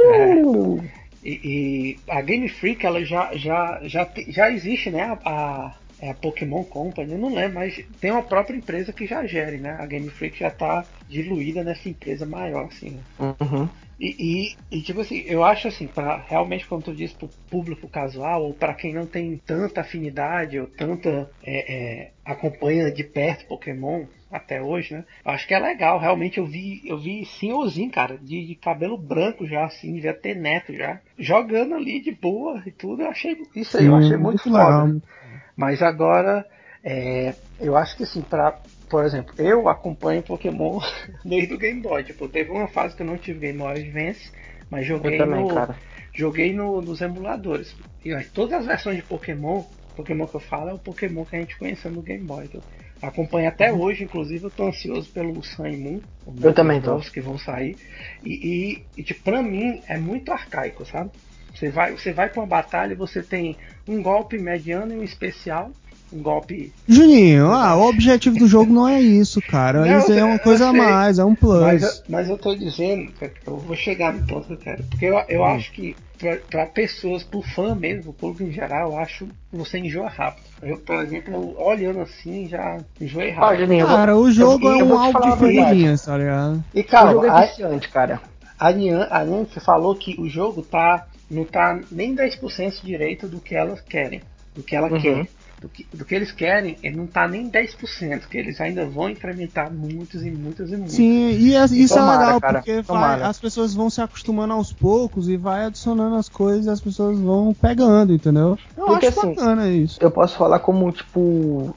E a Game Freak, ela já existe, né, a Pokémon Company, eu não lembro, mas tem uma própria empresa que já gere, né? A Game Freak já tá diluída nessa empresa maior, assim. Uhum. E tipo assim, eu acho assim, para realmente, como tu disse, pro público casual, ou para quem não tem tanta afinidade, ou tanta acompanha de perto Pokémon até hoje, né? Eu acho que é legal, realmente eu vi senhorzinho, cara, de cabelo branco já, assim, devia ter neto já, jogando ali de boa e tudo, eu achei isso aí, eu achei muito foda. Legal. Mas agora, eu acho que assim, por exemplo, eu acompanho Pokémon desde o Game Boy. Tipo, teve uma fase que eu não tive Game Boy Advance, mas joguei nos emuladores. E todas as versões de Pokémon Pokémon que eu falo é o Pokémon que a gente conheceu no Game Boy. Que eu acompanho até hoje, inclusive eu tô ansioso pelo Sun e Moon, Eu também tô. novos que vão sair. E tipo, pra mim é muito arcaico, sabe? Você vai pra uma batalha e você tem um golpe mediano e um especial. Um golpe. Juninho, o objetivo do jogo não é isso, cara. Não, Isso é uma coisa a sei, mais, é um plus. mas eu tô dizendo, eu vou chegar no ponto que eu quero. Porque eu acho que pra pessoas, pro fã mesmo, pro público em geral, eu acho que você enjoa rápido. Eu, por exemplo, olhando assim, já enjoei Ó, rápido. Juninho, Cara, o jogo é eu um vou te álbum falar de uma verdade. figurinhas, tá ligado? E O calma, jogo é viciante, cara. a Niantic falou que o jogo não tá nem 10% direito do que elas querem, do que ela quer. Do que eles querem, ele não tá nem 10%, que eles ainda vão incrementar muitos e muitos e muitos. Sim, e isso Tomara, é legal, cara, porque tomara. as pessoas vão se acostumando aos poucos e vai adicionando as coisas e as pessoas vão pegando, entendeu? Eu Porque acho assim, bacana isso. eu posso falar como, tipo,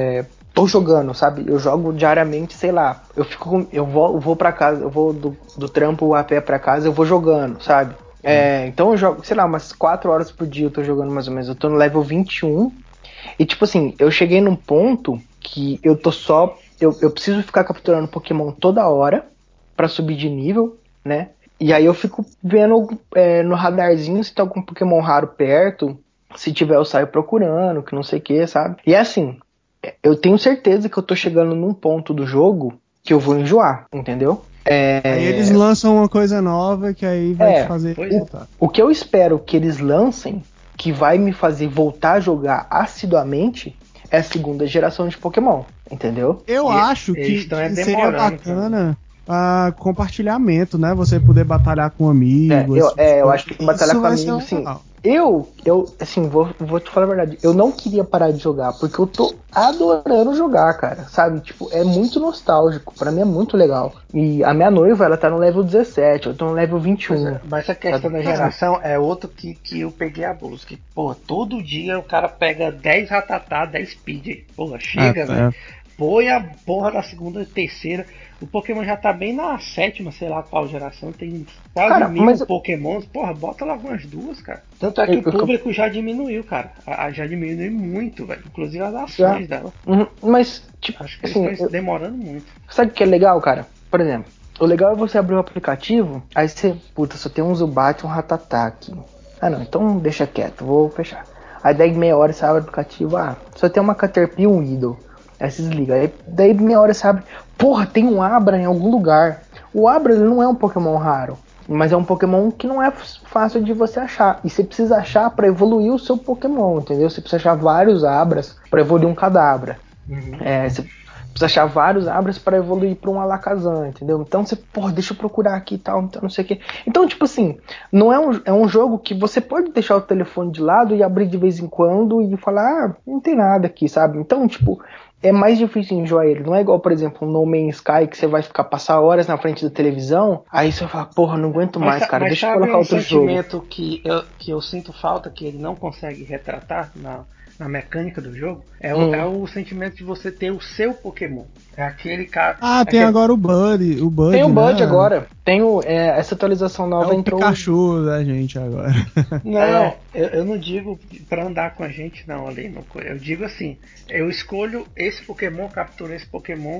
tô jogando, sabe? Eu jogo diariamente, sei lá. Eu vou pra casa, eu vou do trampo a pé pra casa, eu vou jogando, sabe? Então eu jogo, sei lá, umas 4 horas por dia eu tô jogando mais ou menos. Eu tô no level 21. E tipo assim, eu cheguei num ponto que eu tô só. Eu preciso ficar capturando Pokémon toda hora pra subir de nível, né? E aí eu fico vendo no radarzinho se tem algum Pokémon raro perto. Se tiver, eu saio procurando, que não sei o que, sabe? E é assim, eu tenho certeza que eu tô chegando num ponto do jogo que eu vou enjoar, entendeu? Aí eles lançam uma coisa nova que aí vai te fazer Pois é. voltar. O que eu espero que eles lancem, que vai me fazer voltar a jogar assiduamente, é a segunda geração de Pokémon, entendeu? Eu acho eles que estão seria demorando bacana compartilhamento, né? Você poder batalhar com um amigo. Eu acho que batalhar Isso com vai ser amigo, sim. legal. Eu assim, vou te falar a verdade. Eu não queria parar de jogar, porque eu tô adorando jogar, cara. Sabe? Tipo, é muito nostálgico. Pra mim é muito legal. E a minha noiva, ela tá no level 17, eu tô no level 21. Mas essa questão sabe? da geração é outro que eu peguei a bolsa. Que, pô, todo dia o cara pega 10 ratatá, 10 speed. Porra, chega, velho. Põe a porra da segunda e terceira. O Pokémon já tá bem na sétima, sei lá qual geração. Tem quase Cara, 1000 mas Pokémons. Porra, bota logo umas duas, cara. Tanto é que o público já diminuiu, cara. Já diminuiu muito, velho. Inclusive as ações dela. Mas, tipo, Acho que eles assim, estão demorando muito. sabe o que é legal, cara? Por exemplo, o legal é você abrir o aplicativo, aí você, puta, só tem um Zubat e um Rattata aqui. Ah não, então deixa quieto, vou fechar. Aí daí meia hora você abre o aplicativo, só tem uma Caterpie e um Weedle. Aí você desliga. Aí daí meia hora você abre, porra, tem um Abra em algum lugar. O Abra ele não é um Pokémon raro, mas é um Pokémon que não é fácil de você achar. E você precisa achar pra evoluir o seu Pokémon, entendeu? Você precisa achar vários Abras pra evoluir um Kadabra. Você precisa achar vários Abras para evoluir para um Alakazam, entendeu? Então você, porra, deixa eu procurar aqui e tal, então não sei o que. Então, tipo assim, não é um jogo que você pode deixar o telefone de lado e abrir de vez em quando e falar, não tem nada aqui, sabe? Então, tipo, é mais difícil enjoar ele. Não é igual, por exemplo, um No Man's Sky que você vai ficar passar horas na frente da televisão, aí você fala, porra, não aguento mais, cara, deixa eu colocar outro jogo. Mas sabe um sentimento que eu sinto falta, que ele não consegue retratar na mecânica do jogo? É o sentimento de você ter o seu Pokémon. É aquele cara... Tem agora o Buddy, Tem o Bud né? agora. Tem essa atualização nova É o entrou. Pikachu da gente agora. Não, eu não digo pra andar com a gente, não, ali. Eu digo assim, eu escolho esse Pokémon, capturo esse Pokémon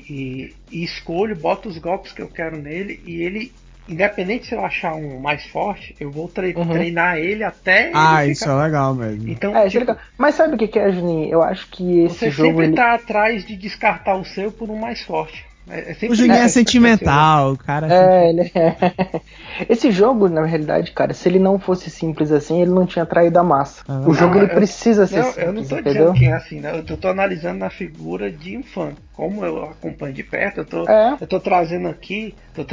e escolho, boto os golpes que eu quero nele e ele, independente se eu achar um mais forte, eu vou treinar ele até ele ficar. Isso é legal mesmo. Então, Isso é legal. Mas sabe o que é, Juninho? Eu acho que esse você jogo. sempre tá atrás de descartar o seu por um mais forte. O Juninho é sentimental, o cara ele é. Esse jogo, na realidade, cara, se ele não fosse simples assim, ele não tinha traído a massa. O jogo ele precisa ser simples, eu não tô entendeu? dizendo que é assim, né? Eu tô analisando na figura de um fã. Como eu acompanho de perto, eu tô trazendo aqui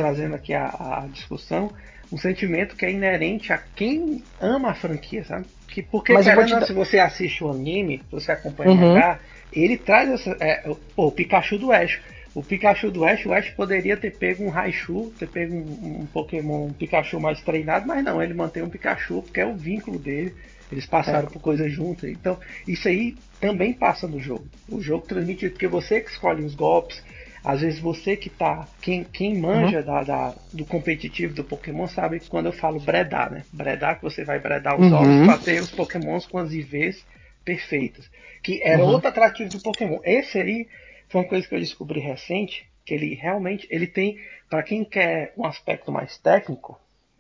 a discussão um sentimento que é inerente a quem ama a franquia, sabe? Porque Mas se você assiste o anime, se você acompanha o mangá, ele traz essa. O Pikachu do Ash. O Pikachu do Ash, o Ash poderia ter pego um Raichu, ter pego um Pokémon, um Pikachu mais treinado, mas não, ele mantém um Pikachu porque é o vínculo dele. Eles passaram por coisas juntas. Então, isso aí também passa no jogo. O jogo transmite porque você que escolhe os golpes. Às vezes você que tá. Quem manja do competitivo do Pokémon sabe que quando eu falo bredar, né? Bredar, que você vai bredar os ovos para ter os Pokémons com as IVs perfeitas. Que era outro atrativo do Pokémon. Esse aí foi uma coisa que eu descobri recente, que ele realmente ele tem, para quem quer um aspecto mais técnico,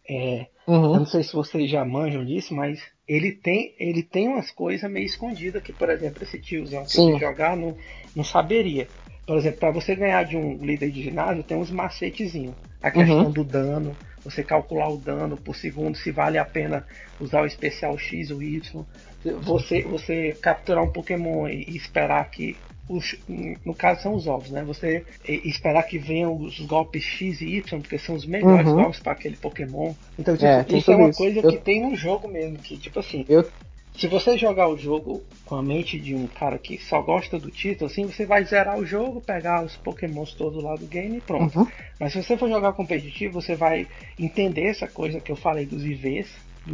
eu não sei se vocês já manjam disso, mas ele tem umas coisas meio escondidas que, por exemplo, esse tiozão que eu jogar não saberia. Por exemplo, para você ganhar de um líder de ginásio, tem uns macetezinhos. A questão do dano, você calcular o dano por segundo, se vale a pena usar o especial X ou Y. Você capturar um Pokémon e esperar que no caso são os ovos, né? Você esperar que venham os golpes X e Y, porque são os melhores golpes para aquele Pokémon. Então, tipo, isso é uma coisa que tem no jogo mesmo, que tipo assim, se você jogar o jogo com a mente de um cara que só gosta do título, assim, você vai zerar o jogo, pegar os Pokémons todos lá do game e pronto. Mas se você for jogar competitivo, você vai entender essa coisa que eu falei dos IVs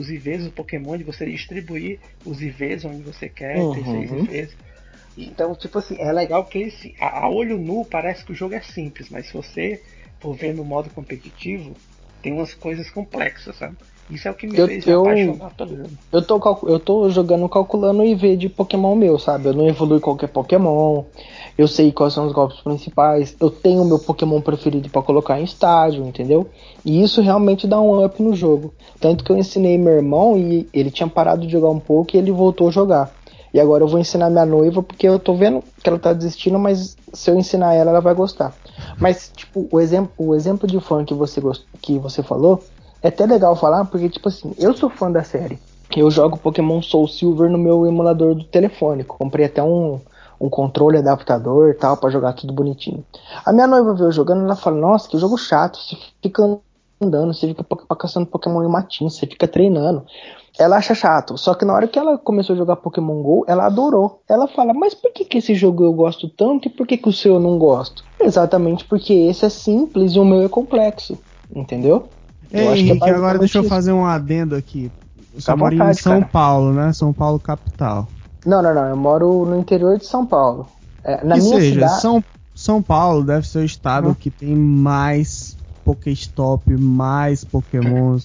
do Pokémon, de você distribuir os IVs onde você quer, ter 6 IVs. Então, tipo assim, é legal porque a olho nu parece que o jogo é simples, mas se você for ver no modo competitivo, tem umas coisas complexas, sabe? Isso é o que me fez me apaixonar pelo jogo. Eu tô jogando calculando o IV de Pokémon meu, sabe? Eu não evolui qualquer Pokémon, eu sei quais são os golpes principais, eu tenho o meu Pokémon preferido pra colocar em estágio, entendeu? E isso realmente dá um up no jogo. Tanto que eu ensinei meu irmão e ele tinha parado de jogar um pouco e ele voltou a jogar. E agora eu vou ensinar minha noiva porque eu tô vendo que ela tá desistindo, mas se eu ensinar ela vai gostar. Mas, tipo, o exemplo de fã que você falou é até legal falar, porque, tipo assim, eu sou fã da série. Eu jogo Pokémon Soul Silver no meu emulador do telefone. Comprei até um controle adaptador e tal, pra jogar tudo bonitinho. A minha noiva veio jogando e ela fala, nossa, que jogo chato, você fica andando, você fica caçando Pokémon em matinho, você fica treinando. Ela acha chato, só que na hora que ela começou a jogar Pokémon GO, ela adorou. Ela fala, mas por que esse jogo eu gosto tanto e por que o seu eu não gosto? Exatamente porque esse é simples e o meu é complexo, entendeu? Ei, Henrique, agora deixa eu fazer um adendo aqui. Você mora em São Paulo, né? São Paulo capital. Não, eu moro no interior de São Paulo. Na que minha seja, cidade... São Paulo deve ser o estado que tem mais Pokéstop, mais Pokémons,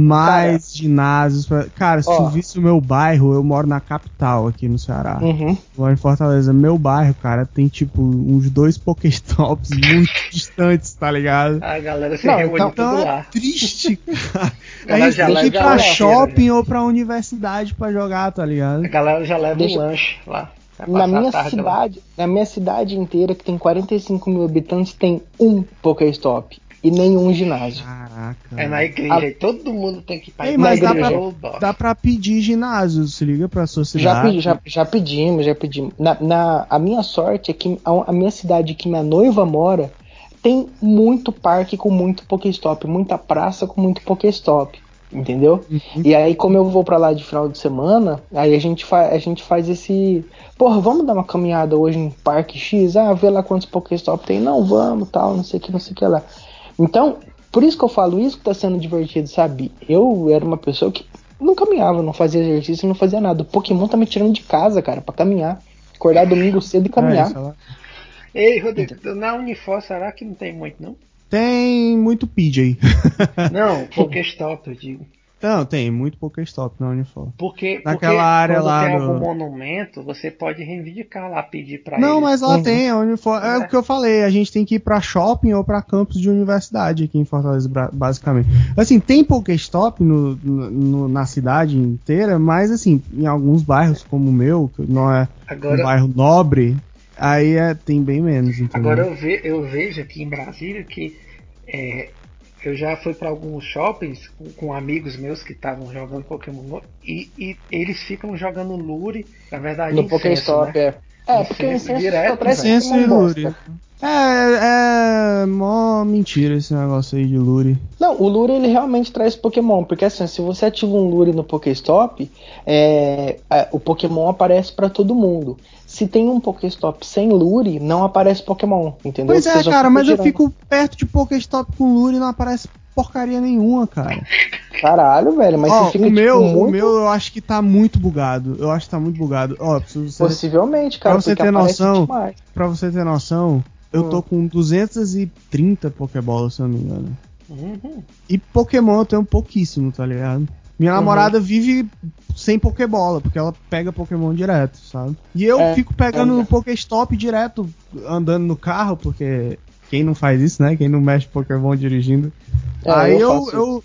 mais ginásios. Cara, se tu visse o meu bairro, eu moro na capital aqui no Ceará. Moro em Fortaleza. Meu bairro, cara, tem tipo uns 2 Pokéstops muito distantes, tá ligado? A galera se reúne tudo lá. Triste, cara. A gente tem que ir pra shopping ou pra universidade pra jogar, tá ligado? A galera já leva um lanche lá. Na minha cidade inteira, que tem 45 mil habitantes, tem um Pokéstop e nenhum ginásio. Caraca. É na igreja, e todo mundo tem que ir pra igreja. Mas dá pra pedir ginásio, se liga pra sua cidade. Já pedimos. A minha sorte é que a minha cidade que minha noiva mora tem muito parque com muito Pokéstop, muita praça com muito Pokéstop. Entendeu? E aí, como eu vou pra lá de final de semana, aí a gente faz esse... Porra, vamos dar uma caminhada hoje em Parque X? Vê lá quantos Pokéstop tem. Não, vamos, tal, não sei o que lá. Então, por isso que eu falo isso que tá sendo divertido, sabe? Eu era uma pessoa que não caminhava, não fazia exercício, não fazia nada. O Pokémon tá me tirando de casa, cara, pra caminhar. Acordar domingo cedo e caminhar. Ei, Rodrigo, na Unifor, será que não tem muito, não? Tem muito PJ. Não, Pokéstop, eu digo. Não, tem muito Pokéstop na Unifor. Porque área quando lá tem algum monumento, você pode reivindicar lá, pedir pra Não, eles. mas lá tem, a Unifor. É o que eu falei, a gente tem que ir pra shopping ou pra campus de universidade aqui em Fortaleza, basicamente. Assim, tem Pokéstop na cidade inteira, mas assim, em alguns bairros como o meu, que não é um bairro nobre, aí tem bem menos, entendeu? Agora eu vejo aqui em Brasília que eu já fui para alguns shoppings com amigos meus que estavam jogando Pokémon e eles ficam jogando Lure, na verdade, no incenso, Pokéstop, né? Porque o incenso direto, só parece incenso e Lure. bosta. É mó mentira esse negócio aí de Lure. Não, o Lure ele realmente traz Pokémon, porque assim, se você ativa um Lure no Pokéstop, o Pokémon aparece pra todo mundo. Se tem um Pokéstop sem Lure, não aparece Pokémon, entendeu? Pois é, cara, mas eu fico perto de Pokéstop com Lure e não aparece porcaria nenhuma, cara. Caralho, velho, mas você fica o meu eu acho que tá muito bugado. Eu acho que tá muito bugado. Possivelmente, cara, pra você ter noção, eu tô com 230 Pokébolas, se eu não me engano. E Pokémon eu tenho pouquíssimo, tá ligado? Minha namorada vive sem Pokébola, porque ela pega Pokémon direto, sabe? E eu fico pegando no Pokéstop direto, andando no carro, porque quem não faz isso, né? Quem não mexe Pokémon dirigindo. Aí eu...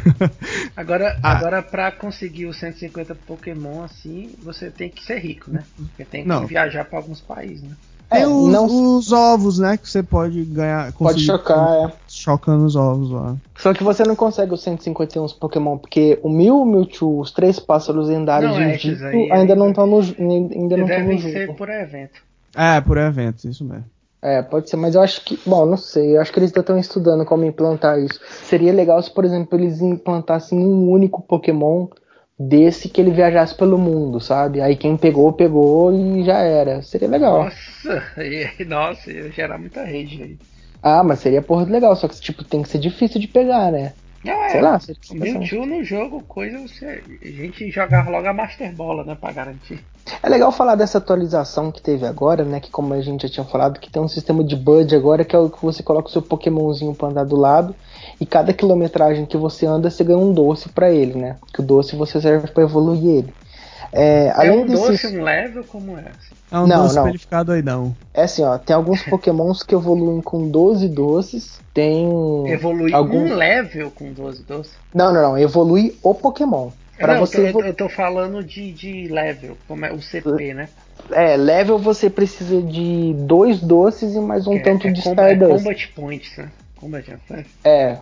Agora pra conseguir os 150 Pokémon assim, você tem que ser rico, né? Porque tem que viajar pra alguns países, né? Tem os ovos, né? Que você pode ganhar. Pode chocar, chocando os ovos lá. Só que você não consegue os 151 Pokémon, porque o Mew, o Mewtwo, os 3 pássaros lendários e o Ditto ainda não estão no jogo. Devem ser por evento. Por evento, isso mesmo. Pode ser, mas eu acho que... Bom, não sei, eu acho que eles estão estudando como implantar isso. Seria legal se, por exemplo, eles implantassem um único Pokémon desse que ele viajasse pelo mundo, sabe? Aí quem pegou e já era. Seria legal. Nossa, ia gerar muita rede aí. Mas seria legal, só que tipo, tem que ser difícil de pegar, né? Sei lá. O Mewtwo no jogo, a gente jogava logo a Master Bola, né, pra garantir. É legal falar dessa atualização que teve agora, né? Que como a gente já tinha falado, que tem um sistema de Bud agora, que é o que você coloca o seu Pokémonzinho pra andar do lado, e cada quilometragem que você anda, você ganha um doce pra ele, né? Que o doce você serve pra evoluir ele. Além doce, um level, como é? É um doce pra ele ficar doidão. É assim, ó, tem alguns Pokémons que evoluem com 12 doces, tem... Evolui um level com 12 doces? Não, evolui o Pokémon. Eu tô falando de level, como é o CP, né? Level você precisa de 2 doces e mais um tanto de Stardust. Combat Points, né? Combat Points.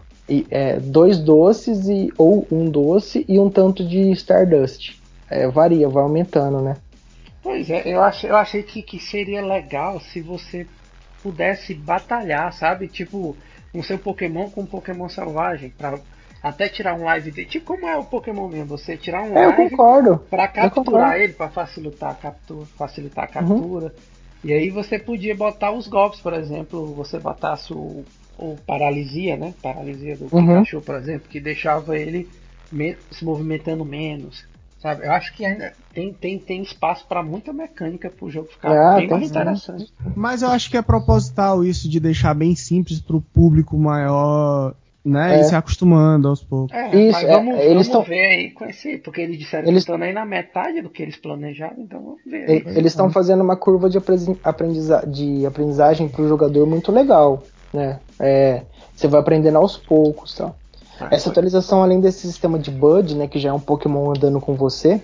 2 doces ou um doce e um tanto de Stardust. Varia, vai aumentando, né? Pois é, eu achei que seria legal se você pudesse batalhar, sabe? Tipo, com seu Pokémon com um Pokémon selvagem, pra até tirar um live dele. Tipo, como é o Pokémon mesmo? Você tirar um live eu concordo. Pra capturar ele, pra facilitar a captura. E aí você podia botar os golpes, por exemplo, você botasse o paralisia, né? Paralisia do Pikachu, por exemplo, que deixava ele se movimentando menos. Sabe? Eu acho que ainda tem espaço para muita mecânica pro jogo ficar bem mais interessante. Mas eu acho que é proposital isso de deixar bem simples pro público maior, né? E se acostumando aos poucos. Mas vamos ver aí com esse, porque eles disseram que estão aí na metade do que eles planejaram, então vamos ver aí. Eles estão fazendo uma curva de aprendizagem pro jogador muito legal, né? Você vai aprendendo aos poucos, tá? Essa atualização, além desse sistema de Bud, né, que já é um Pokémon andando com você,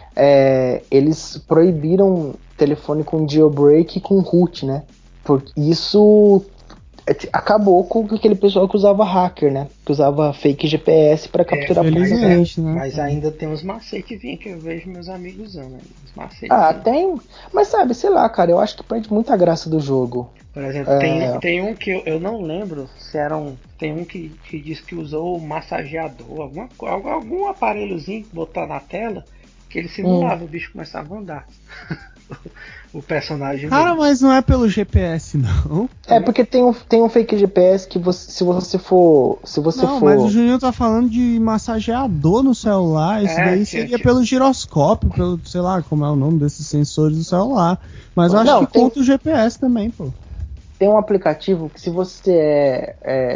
eles proibiram telefone com jailbreak e com root, né? Porque isso acabou com aquele pessoal que usava hacker, né? Que usava fake GPS para capturar Pokémon. Mas ainda tem uns macetezinhos que eu vejo meus amigos usando. Tem. Mas sabe, sei lá, cara, eu acho que perde muita graça do jogo. Por exemplo, tem um que eu não lembro se era um. Tem um que diz que usou o massageador, algum aparelhozinho que botar na tela, que ele simulava, o bicho começava a andar. O personagem. Cara, mas não é pelo GPS, não. Porque tem um fake GPS que se você for. Mas o Juninho tá falando de massageador no celular. Isso daí seria pelo giroscópio, pelo, sei lá, como é o nome desses sensores do celular. Mas eu acho que conta o GPS também, pô. Tem um aplicativo que se você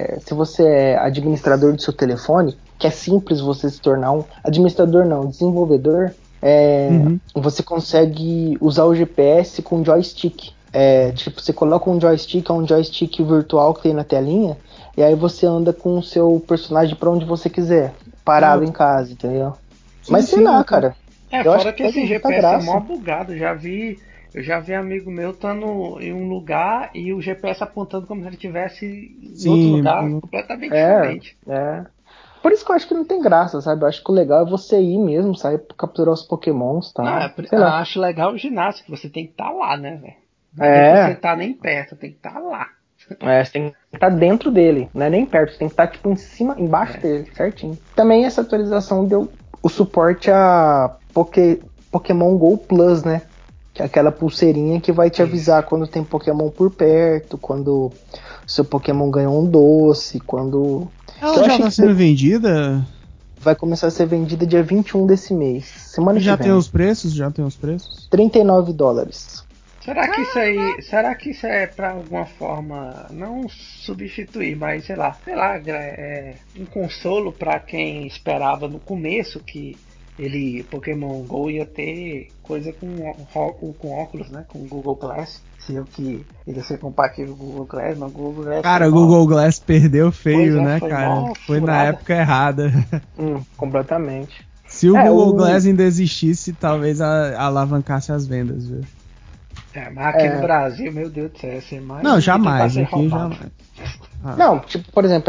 é administrador do seu telefone, que é simples você se tornar um administrador não, desenvolvedor, você consegue usar o GPS com joystick. Tipo, você coloca um joystick virtual que tem na telinha, e aí você anda com o seu personagem pra onde você quiser, parado em casa, entendeu? Mas sei lá, cara. Fora que esse GPS é mó bugado, eu já vi amigo meu estando em um lugar e o GPS apontando como se ele estivesse em outro lugar completamente diferente. Por isso que eu acho que não tem graça, sabe? Eu acho que o legal é você ir mesmo, sair pra capturar os Pokémons, tá? Eu acho legal o ginásio, que você tem que estar lá, né, velho? Não é você tá nem perto, tem que estar lá. Você tem que estar dentro dele, não é nem perto, você tem que estar tipo em cima, embaixo dele, certinho. Também essa atualização deu o suporte a Pokémon Go Plus, né? Que é aquela pulseirinha que vai te avisar quando tem Pokémon por perto, quando seu Pokémon ganhou um doce, quando... Ela já tá sendo vendida? Vai começar a ser vendida dia 21 desse mês. Semana que vem. Já tem os preços? $39. Será que isso é pra alguma forma não substituir, mas sei lá, um consolo pra quem esperava no começo que Pokémon Go ia ter coisa com óculos, né? Com Google Glass. Se o que ia ser compatível com o Google Glass, mas o Google Glass Cara, o Google Glass perdeu feio, né, foi cara? mó Foi na furada. época errada. Completamente. Se o Google Glass ainda existisse, talvez alavancasse as vendas, viu? Mas aqui no Brasil, meu Deus do céu, ia ser mais Não, um item pra jamais, ser aqui roubado. jamais. Ah. Não, tipo, por exemplo,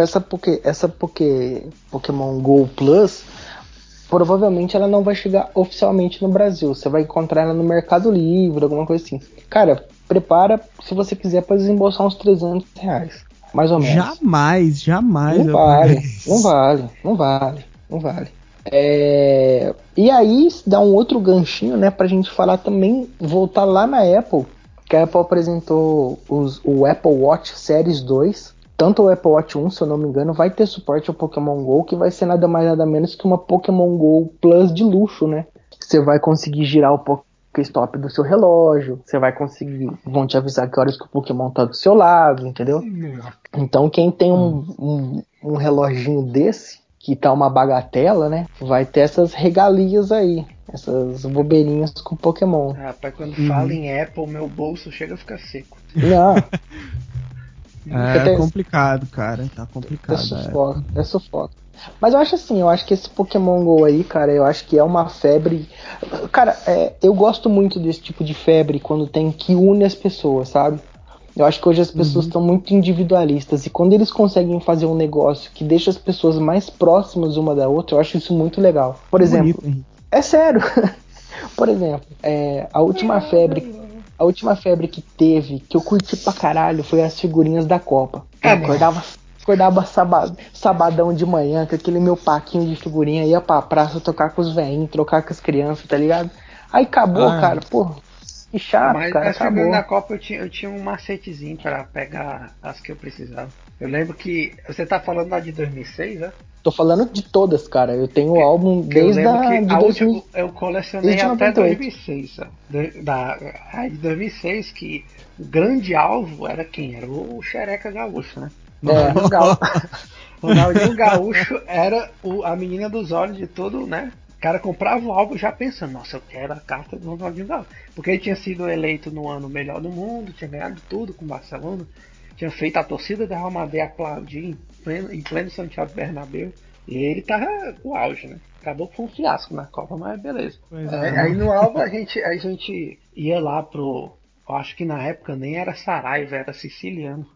Pokémon Go Plus, provavelmente ela não vai chegar oficialmente no Brasil. Você vai encontrar ela no Mercado Livre, alguma coisa assim. Cara, prepara, se você quiser, para desembolsar uns R$300. Mais ou menos. Jamais Não eu vale, paguei isso. não vale. E aí dá um outro ganchinho, né, pra gente falar também, voltar lá na Apple, que a Apple apresentou o Apple Watch Series 2. Tanto o Apple Watch 1, se eu não me engano, vai ter suporte ao Pokémon GO, que vai ser nada mais nada menos que uma Pokémon GO Plus de luxo, né? Você vai conseguir girar o Pokéstop do seu relógio, você vai conseguir, vão te avisar que horas que o Pokémon tá do seu lado, entendeu? Então quem tem um reloginho desse, que tá uma bagatela, né? Vai ter essas regalias aí, essas bobeirinhas com Pokémon. Rapaz, quando fala em Apple, meu bolso chega a ficar seco. Não, É complicado, cara. Tá complicado. é sufoco. Mas eu acho que esse Pokémon GO aí, cara, eu acho que é uma febre. Cara, eu gosto muito desse tipo de febre quando tem que une as pessoas, sabe? Eu acho que hoje as pessoas estão muito individualistas e quando eles conseguem fazer um negócio que deixa as pessoas mais próximas uma da outra, eu acho isso muito legal. Por exemplo, bonito, hein? é sério. Por exemplo, a última febre que teve, que eu curti pra caralho, foi as figurinhas da Copa. Eu acordava sabadão de manhã com aquele meu paquinho de figurinha, ia pra praça tocar com os velhinhos, trocar com as crianças, tá ligado? Aí acabou, cara, pô, que chato, Mas cara, as figuras da acabou. Copa eu tinha um macetezinho pra pegar as que eu precisava. Eu lembro que você tá falando da de 2006, né? Tô falando de todas, cara. Eu tenho o álbum Que eu desde lembro que de a última 2000, eu colecionei desde até 98. 2006, sabe? A de 2006 que o grande alvo era quem? Era o Xereca Gaúcho, né? Ronaldinho Gaúcho. Ronaldinho Gaúcho era a menina dos olhos de todo, né? O cara comprava o álbum já pensando, nossa, eu quero a carta do Ronaldinho Gaúcho. Porque ele tinha sido eleito no ano melhor do mundo, tinha ganhado tudo com o Barcelona, tinha feito a torcida da Real Madrid aplaudir em pleno Santiago Bernabéu. E ele tava com auge, né? Acabou que foi um fiasco na Copa, mas beleza. Aí no álbum a gente ia lá pro. Eu acho que na época nem era Saraiva, era siciliano.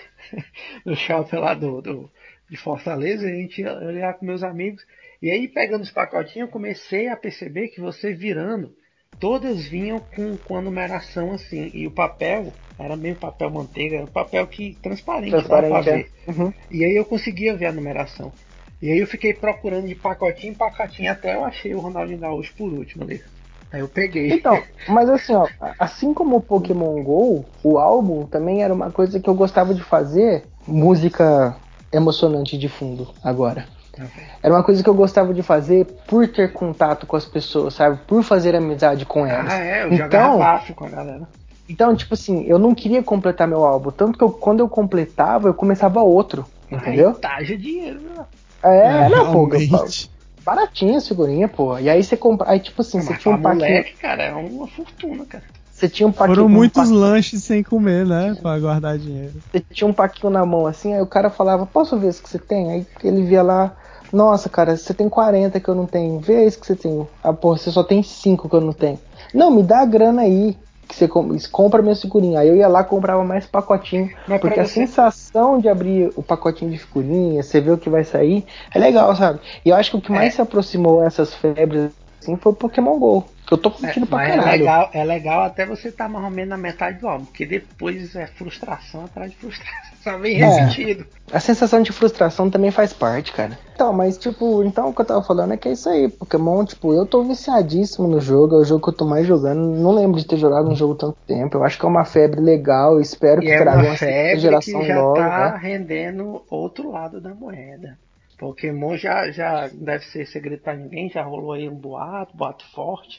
No shopping lá de Fortaleza, a gente ia olhar com meus amigos. E aí, pegando os pacotinhos, eu comecei a perceber que você virando, todas vinham com a numeração assim. E o papel era meio papel manteiga, era um papel que transparente, dava pra Transparente, é. ver. E aí eu conseguia ver a numeração. E aí eu fiquei procurando de pacotinho em pacotinho até eu achei o Ronaldinho Gaúcho por último ali. Aí eu peguei. Então, mas assim, ó, assim como o Pokémon GO, o álbum também era uma coisa que eu gostava de fazer, música emocionante de fundo agora. Era uma coisa que eu gostava de fazer por ter contato com as pessoas, sabe? Por fazer amizade com elas. Eu jogava Então, bafo com a galera. tipo assim, eu não queria completar meu álbum, tanto que quando eu completava, eu começava outro, Aí entendeu? taja dinheiro, né? Não, pô, Realmente. baratinha a figurinha, pô. E aí você compra, aí tipo assim, você Mas tinha pra um paquinho, moleque, cara, é uma fortuna, cara. você tinha um Foram paquinho, muitos lanches sem comer, né? Pra guardar dinheiro. você tinha um paquinho na mão assim, aí o cara falava, posso ver esse que você tem? Aí ele via lá, nossa, cara, você tem 40 que eu não tenho, vê esse que você tem. Ah, porra, você só tem 5 que eu não tenho. Não, me dá a grana aí, que você compra minha figurinha. Aí eu ia lá, comprava mais pacotinho, Mas pra porque a você. sensação de abrir o pacotinho de figurinha, você ver o que vai sair, é legal, sabe? E eu acho que o que mais se aproximou essas febres assim foi o Pokémon GO, que eu tô curtindo pra Mas caralho. é legal até você estar mais ou menos na metade do álbum, porque depois é frustração atrás de frustração. Só vem repetido. A sensação de frustração também faz parte, cara. Então, mas tipo, então o que eu tava falando é que é isso aí, Pokémon, tipo, eu tô viciadíssimo no jogo, é o jogo que eu tô mais jogando, não lembro de ter jogado um jogo tanto tempo, eu acho que é uma febre legal, espero E que é uma traga uma segunda febre que geração já logo, tá né? rendendo outro lado da moeda. Pokémon já deve ser segredo pra ninguém, já rolou aí um boato forte,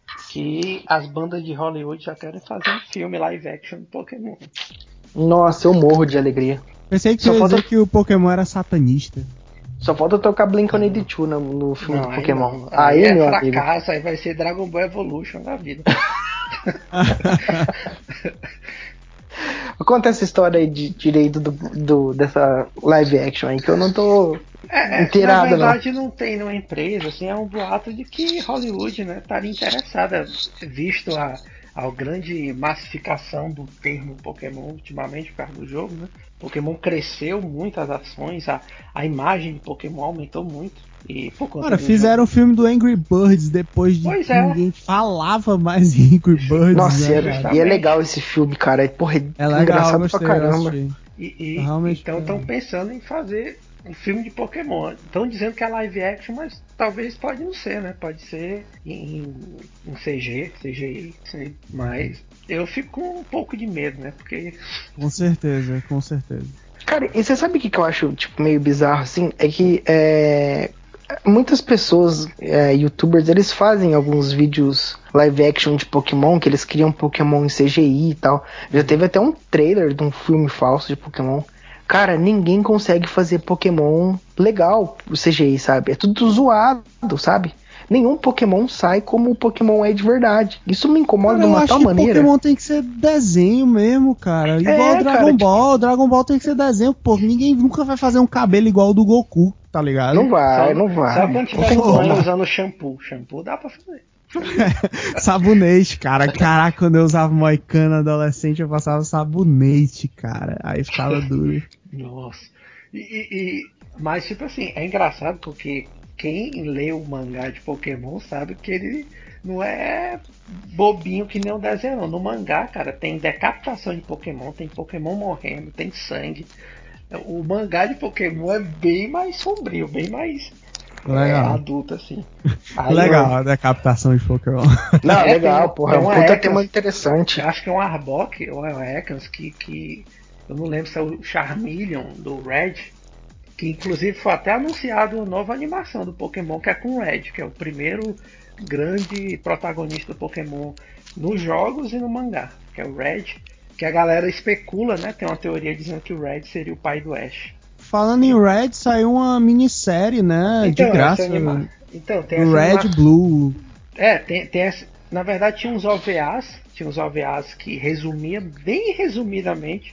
que as bandas de Hollywood já querem fazer um filme live action do Pokémon. Nossa, eu morro de alegria. Pensei que Só você ia falta- dizer que o Pokémon era satanista. Só falta tocar Blink-182 no filme do Aí Pokémon. não. Aí é Meu amigo. fracasso, aí vai ser Dragon Ball Evolution da vida. Conta essa história aí de direito dessa live action aí, que eu não tô Na inteirado, não. verdade não tem nenhuma empresa, assim, é um boato de que Hollywood, né, estaria interessada, visto a grande massificação do termo Pokémon ultimamente por causa do jogo, né? Pokémon cresceu muito as ações, a imagem de Pokémon aumentou muito e por conta Cara, do fizeram o jogo. filme do Angry Birds depois de Pois que é. ninguém falava mais em Angry Birds, Nossa, né, e cara? é legal esse filme, cara. Porra, É legal, engraçado gostei, pra caramba. eu assisti. E, Realmente, então estão pensando em fazer um filme de Pokémon. Estão dizendo que é live action, mas talvez pode não ser, né? Pode ser em CGI, sei. Mas eu fico com um pouco de medo, né? Porque com certeza, com certeza. Cara, e você sabe o que eu acho, tipo, meio bizarro, assim? É que muitas pessoas, youtubers, eles fazem alguns vídeos live action de Pokémon, que eles criam Pokémon em CGI e tal. Já teve até um trailer de um filme falso de Pokémon. Cara, ninguém consegue fazer Pokémon legal pro CGI, sabe? É tudo zoado, sabe? Nenhum Pokémon sai como o Pokémon é de verdade. Isso me incomoda Cara, de eu uma acho tal que maneira. Pokémon tem que ser desenho mesmo, cara. Igual Dragon cara, Ball. Dragon Ball tem que ser desenho, pô. Ninguém nunca vai fazer um cabelo igual ao do Goku, tá ligado? Não vai, não só vai. quando Não tiver tem no banho como. usando shampoo. Shampoo dá pra fazer. Sabonete, cara. Caraca, quando eu usava Moicano adolescente, eu passava sabonete, cara. Aí ficava duro. Nossa. Mas, tipo assim, é engraçado porque quem lê o mangá de Pokémon sabe que ele não é bobinho que nem o desenho, não. No mangá, cara, tem decapitação de Pokémon, tem Pokémon morrendo, tem sangue. O mangá de Pokémon é bem mais sombrio, bem mais Legal. adulto, assim. Aí, Legal a decapitação de Pokémon. Não, legal, tem, porra. É tem um uma puta Ekans, tema interessante. eu acho que é um Arbok ou é um Ekans que eu não lembro se é o Charmeleon do Red, que inclusive foi até anunciado uma nova animação do Pokémon que é com o Red, que é o primeiro grande protagonista do Pokémon nos jogos e no mangá, que é o Red, que a galera especula, né? Tem uma teoria dizendo que o Red seria o pai do Ash. Falando em Red, saiu uma minissérie, né? De Então, graça. Então, tem Do essa Red animação. Blue. Tem essa. Na verdade, tinha uns OVAs que resumia bem resumidamente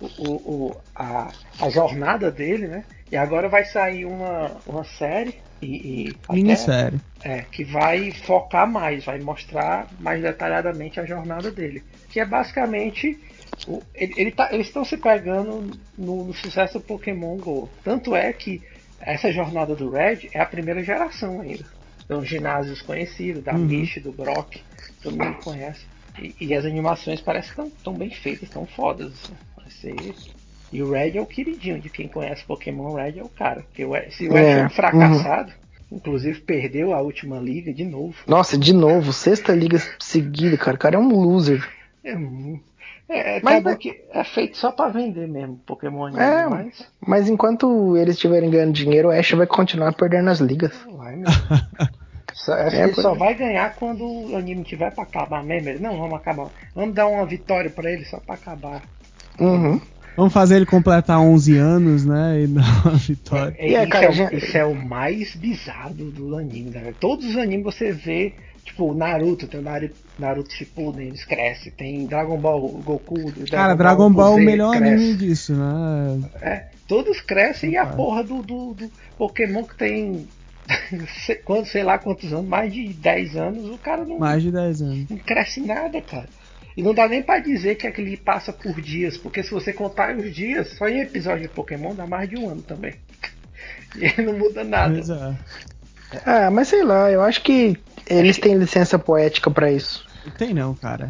a jornada dele, né? E agora vai sair uma série e até Minissérie. que vai focar mais, vai mostrar mais detalhadamente a jornada dele, que é basicamente eles estão se pegando no sucesso do Pokémon Go. Tanto é que essa jornada do Red é a primeira geração ainda. São ginásios conhecidos, da Mish, do Brock, todo mundo conhece. E as animações parecem que estão bem feitas, estão fodas. Assim. Vai ser. E o Red é o queridinho de quem conhece Pokémon, o Red é o cara. Porque se o Ash é um fracassado, inclusive perdeu a última liga de novo. Nossa, de novo, sexta liga seguida, cara. O cara é um loser. Acabou que é feito só pra vender mesmo, Pokémon anime, mas enquanto eles estiverem ganhando dinheiro, o Ash vai continuar perdendo as ligas. Vai mesmo. Acho que ele só vai ganhar quando o anime tiver pra acabar mesmo. Não, vamos acabar. Vamos dar uma vitória pra ele só pra acabar. Uhum. Vamos fazer ele completar 11 anos, né? E dar uma vitória. Isso é o mais bizarro do anime, né? Todos os animes você vê, tipo, Naruto, tem o Naruto Shippuden, eles crescem. Tem Dragon Ball, Goku, Cara, Dragon Ball é o melhor cresce. anime disso, né? Todos crescem e a porra do Pokémon que tem sei lá quantos anos, mais de 10 anos, o cara mais de 10 anos. Não cresce nada, cara. E não dá nem pra dizer que aquele passa por dias, porque se você contar os dias, só em episódio de Pokémon dá mais de um ano também. E não muda nada. Pois é. Mas sei lá, eu acho que eles têm licença poética pra isso. Tem não, cara.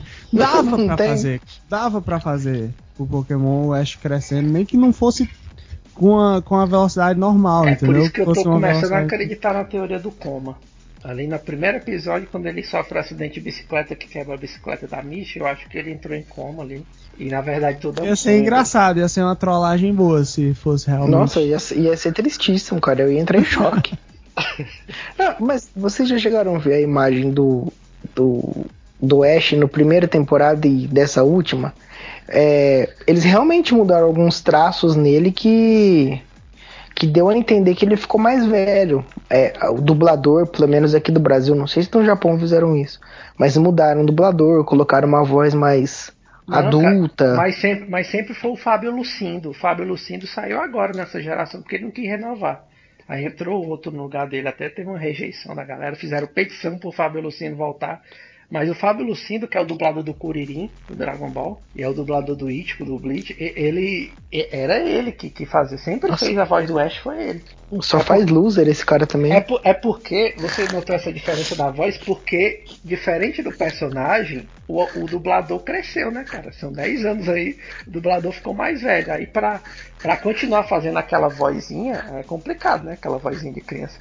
Dava pra fazer o Pokémon Ash crescendo, nem que não fosse com a velocidade normal, entendeu? Por isso que eu tô fosse começando a acreditar na teoria do coma. Ali no primeiro episódio, quando ele sofre um acidente de bicicleta que quebra a bicicleta da Mish, eu acho que ele entrou em coma ali. E na verdade tudo é um Ia ser engraçado, ia ser uma trollagem boa se fosse realmente. Nossa, ia ser tristíssimo, cara. Eu ia entrar em choque. Não, mas vocês já chegaram a ver a imagem do do Ash no primeira temporada e dessa última, eles realmente mudaram alguns traços nele que deu a entender que ele ficou mais velho. O dublador, pelo menos aqui do Brasil, não sei se no Japão fizeram isso, mas mudaram o dublador, colocaram uma voz mais Não, adulta. cara, mas sempre foi o Fábio Lucindo. O Fábio Lucindo saiu agora nessa geração porque ele não quis renovar. Aí entrou outro no lugar dele, até teve uma rejeição da galera, fizeram petição pro Fábio Lucindo voltar. Mas o Fábio Lucindo, que é o dublador do Kuririn, do Dragon Ball, e é o dublador do Ichigo, do Bleach, era ele que fazia, sempre fez a voz do Ash, foi ele. Só faz loser esse cara também. É porque você notou essa diferença da voz, porque diferente do personagem, o dublador cresceu, né, cara? São 10 anos aí, o dublador ficou mais velho. Aí pra continuar fazendo aquela vozinha, é complicado, né? Aquela vozinha de criança.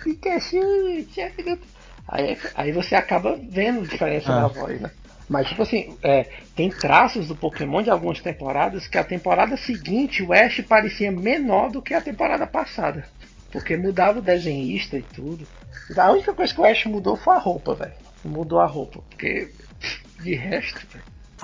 Aí você acaba vendo a diferença da voz, né? Mas, tipo assim, tem traços do Pokémon de algumas temporadas que a temporada seguinte o Ash parecia menor do que a temporada passada. Porque mudava o desenhista e tudo. A única coisa que o Ash mudou foi a roupa, velho. Mudou a roupa. Porque, de resto, velho.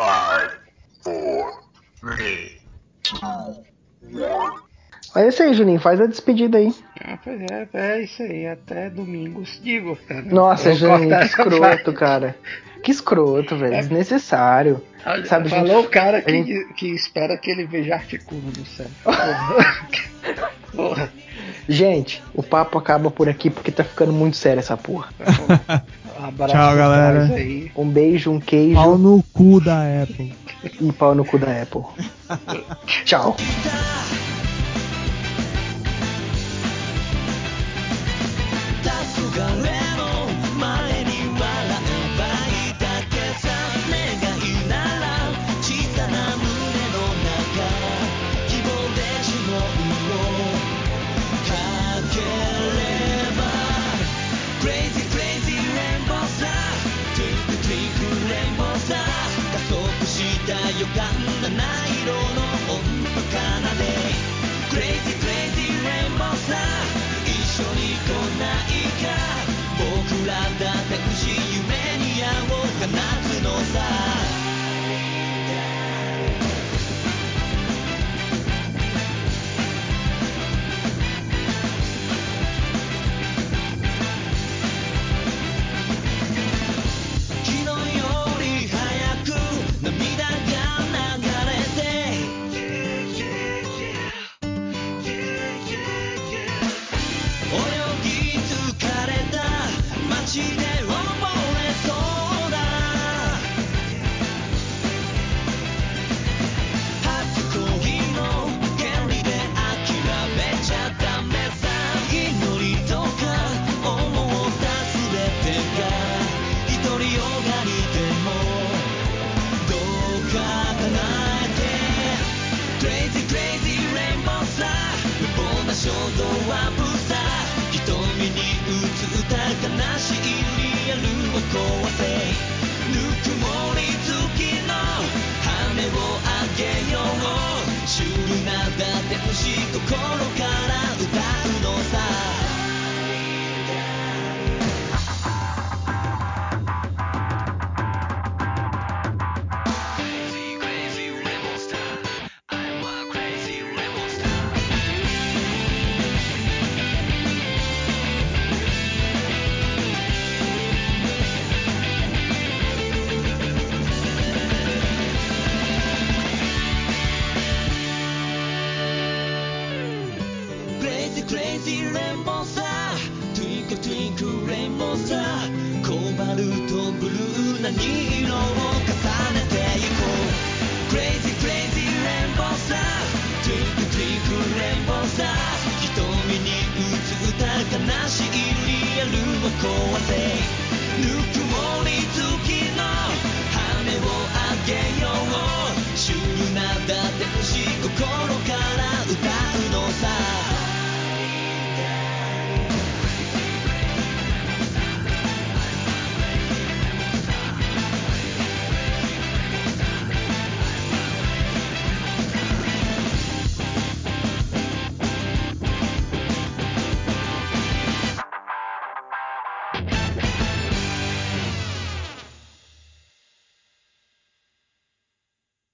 5, 4, 3, 2, 1. Mas é isso aí, Juninho, faz a despedida aí. Pois é isso aí. Até domingos. Digo, cara. Nossa, Juninho, que escroto, parte. cara. Que escroto, velho. Desnecessário. Olha, Sabe, falou gente, o cara a gente... que espera que ele veja Articuno no céu. Porra. Porra. Gente, o papo acaba por aqui porque tá ficando muito sério essa porra. Um abraço. Tchau, galera. Aí. Um beijo, um queijo. Pau no cu da Apple. E pau no cu da Apple. Tchau. 黄昏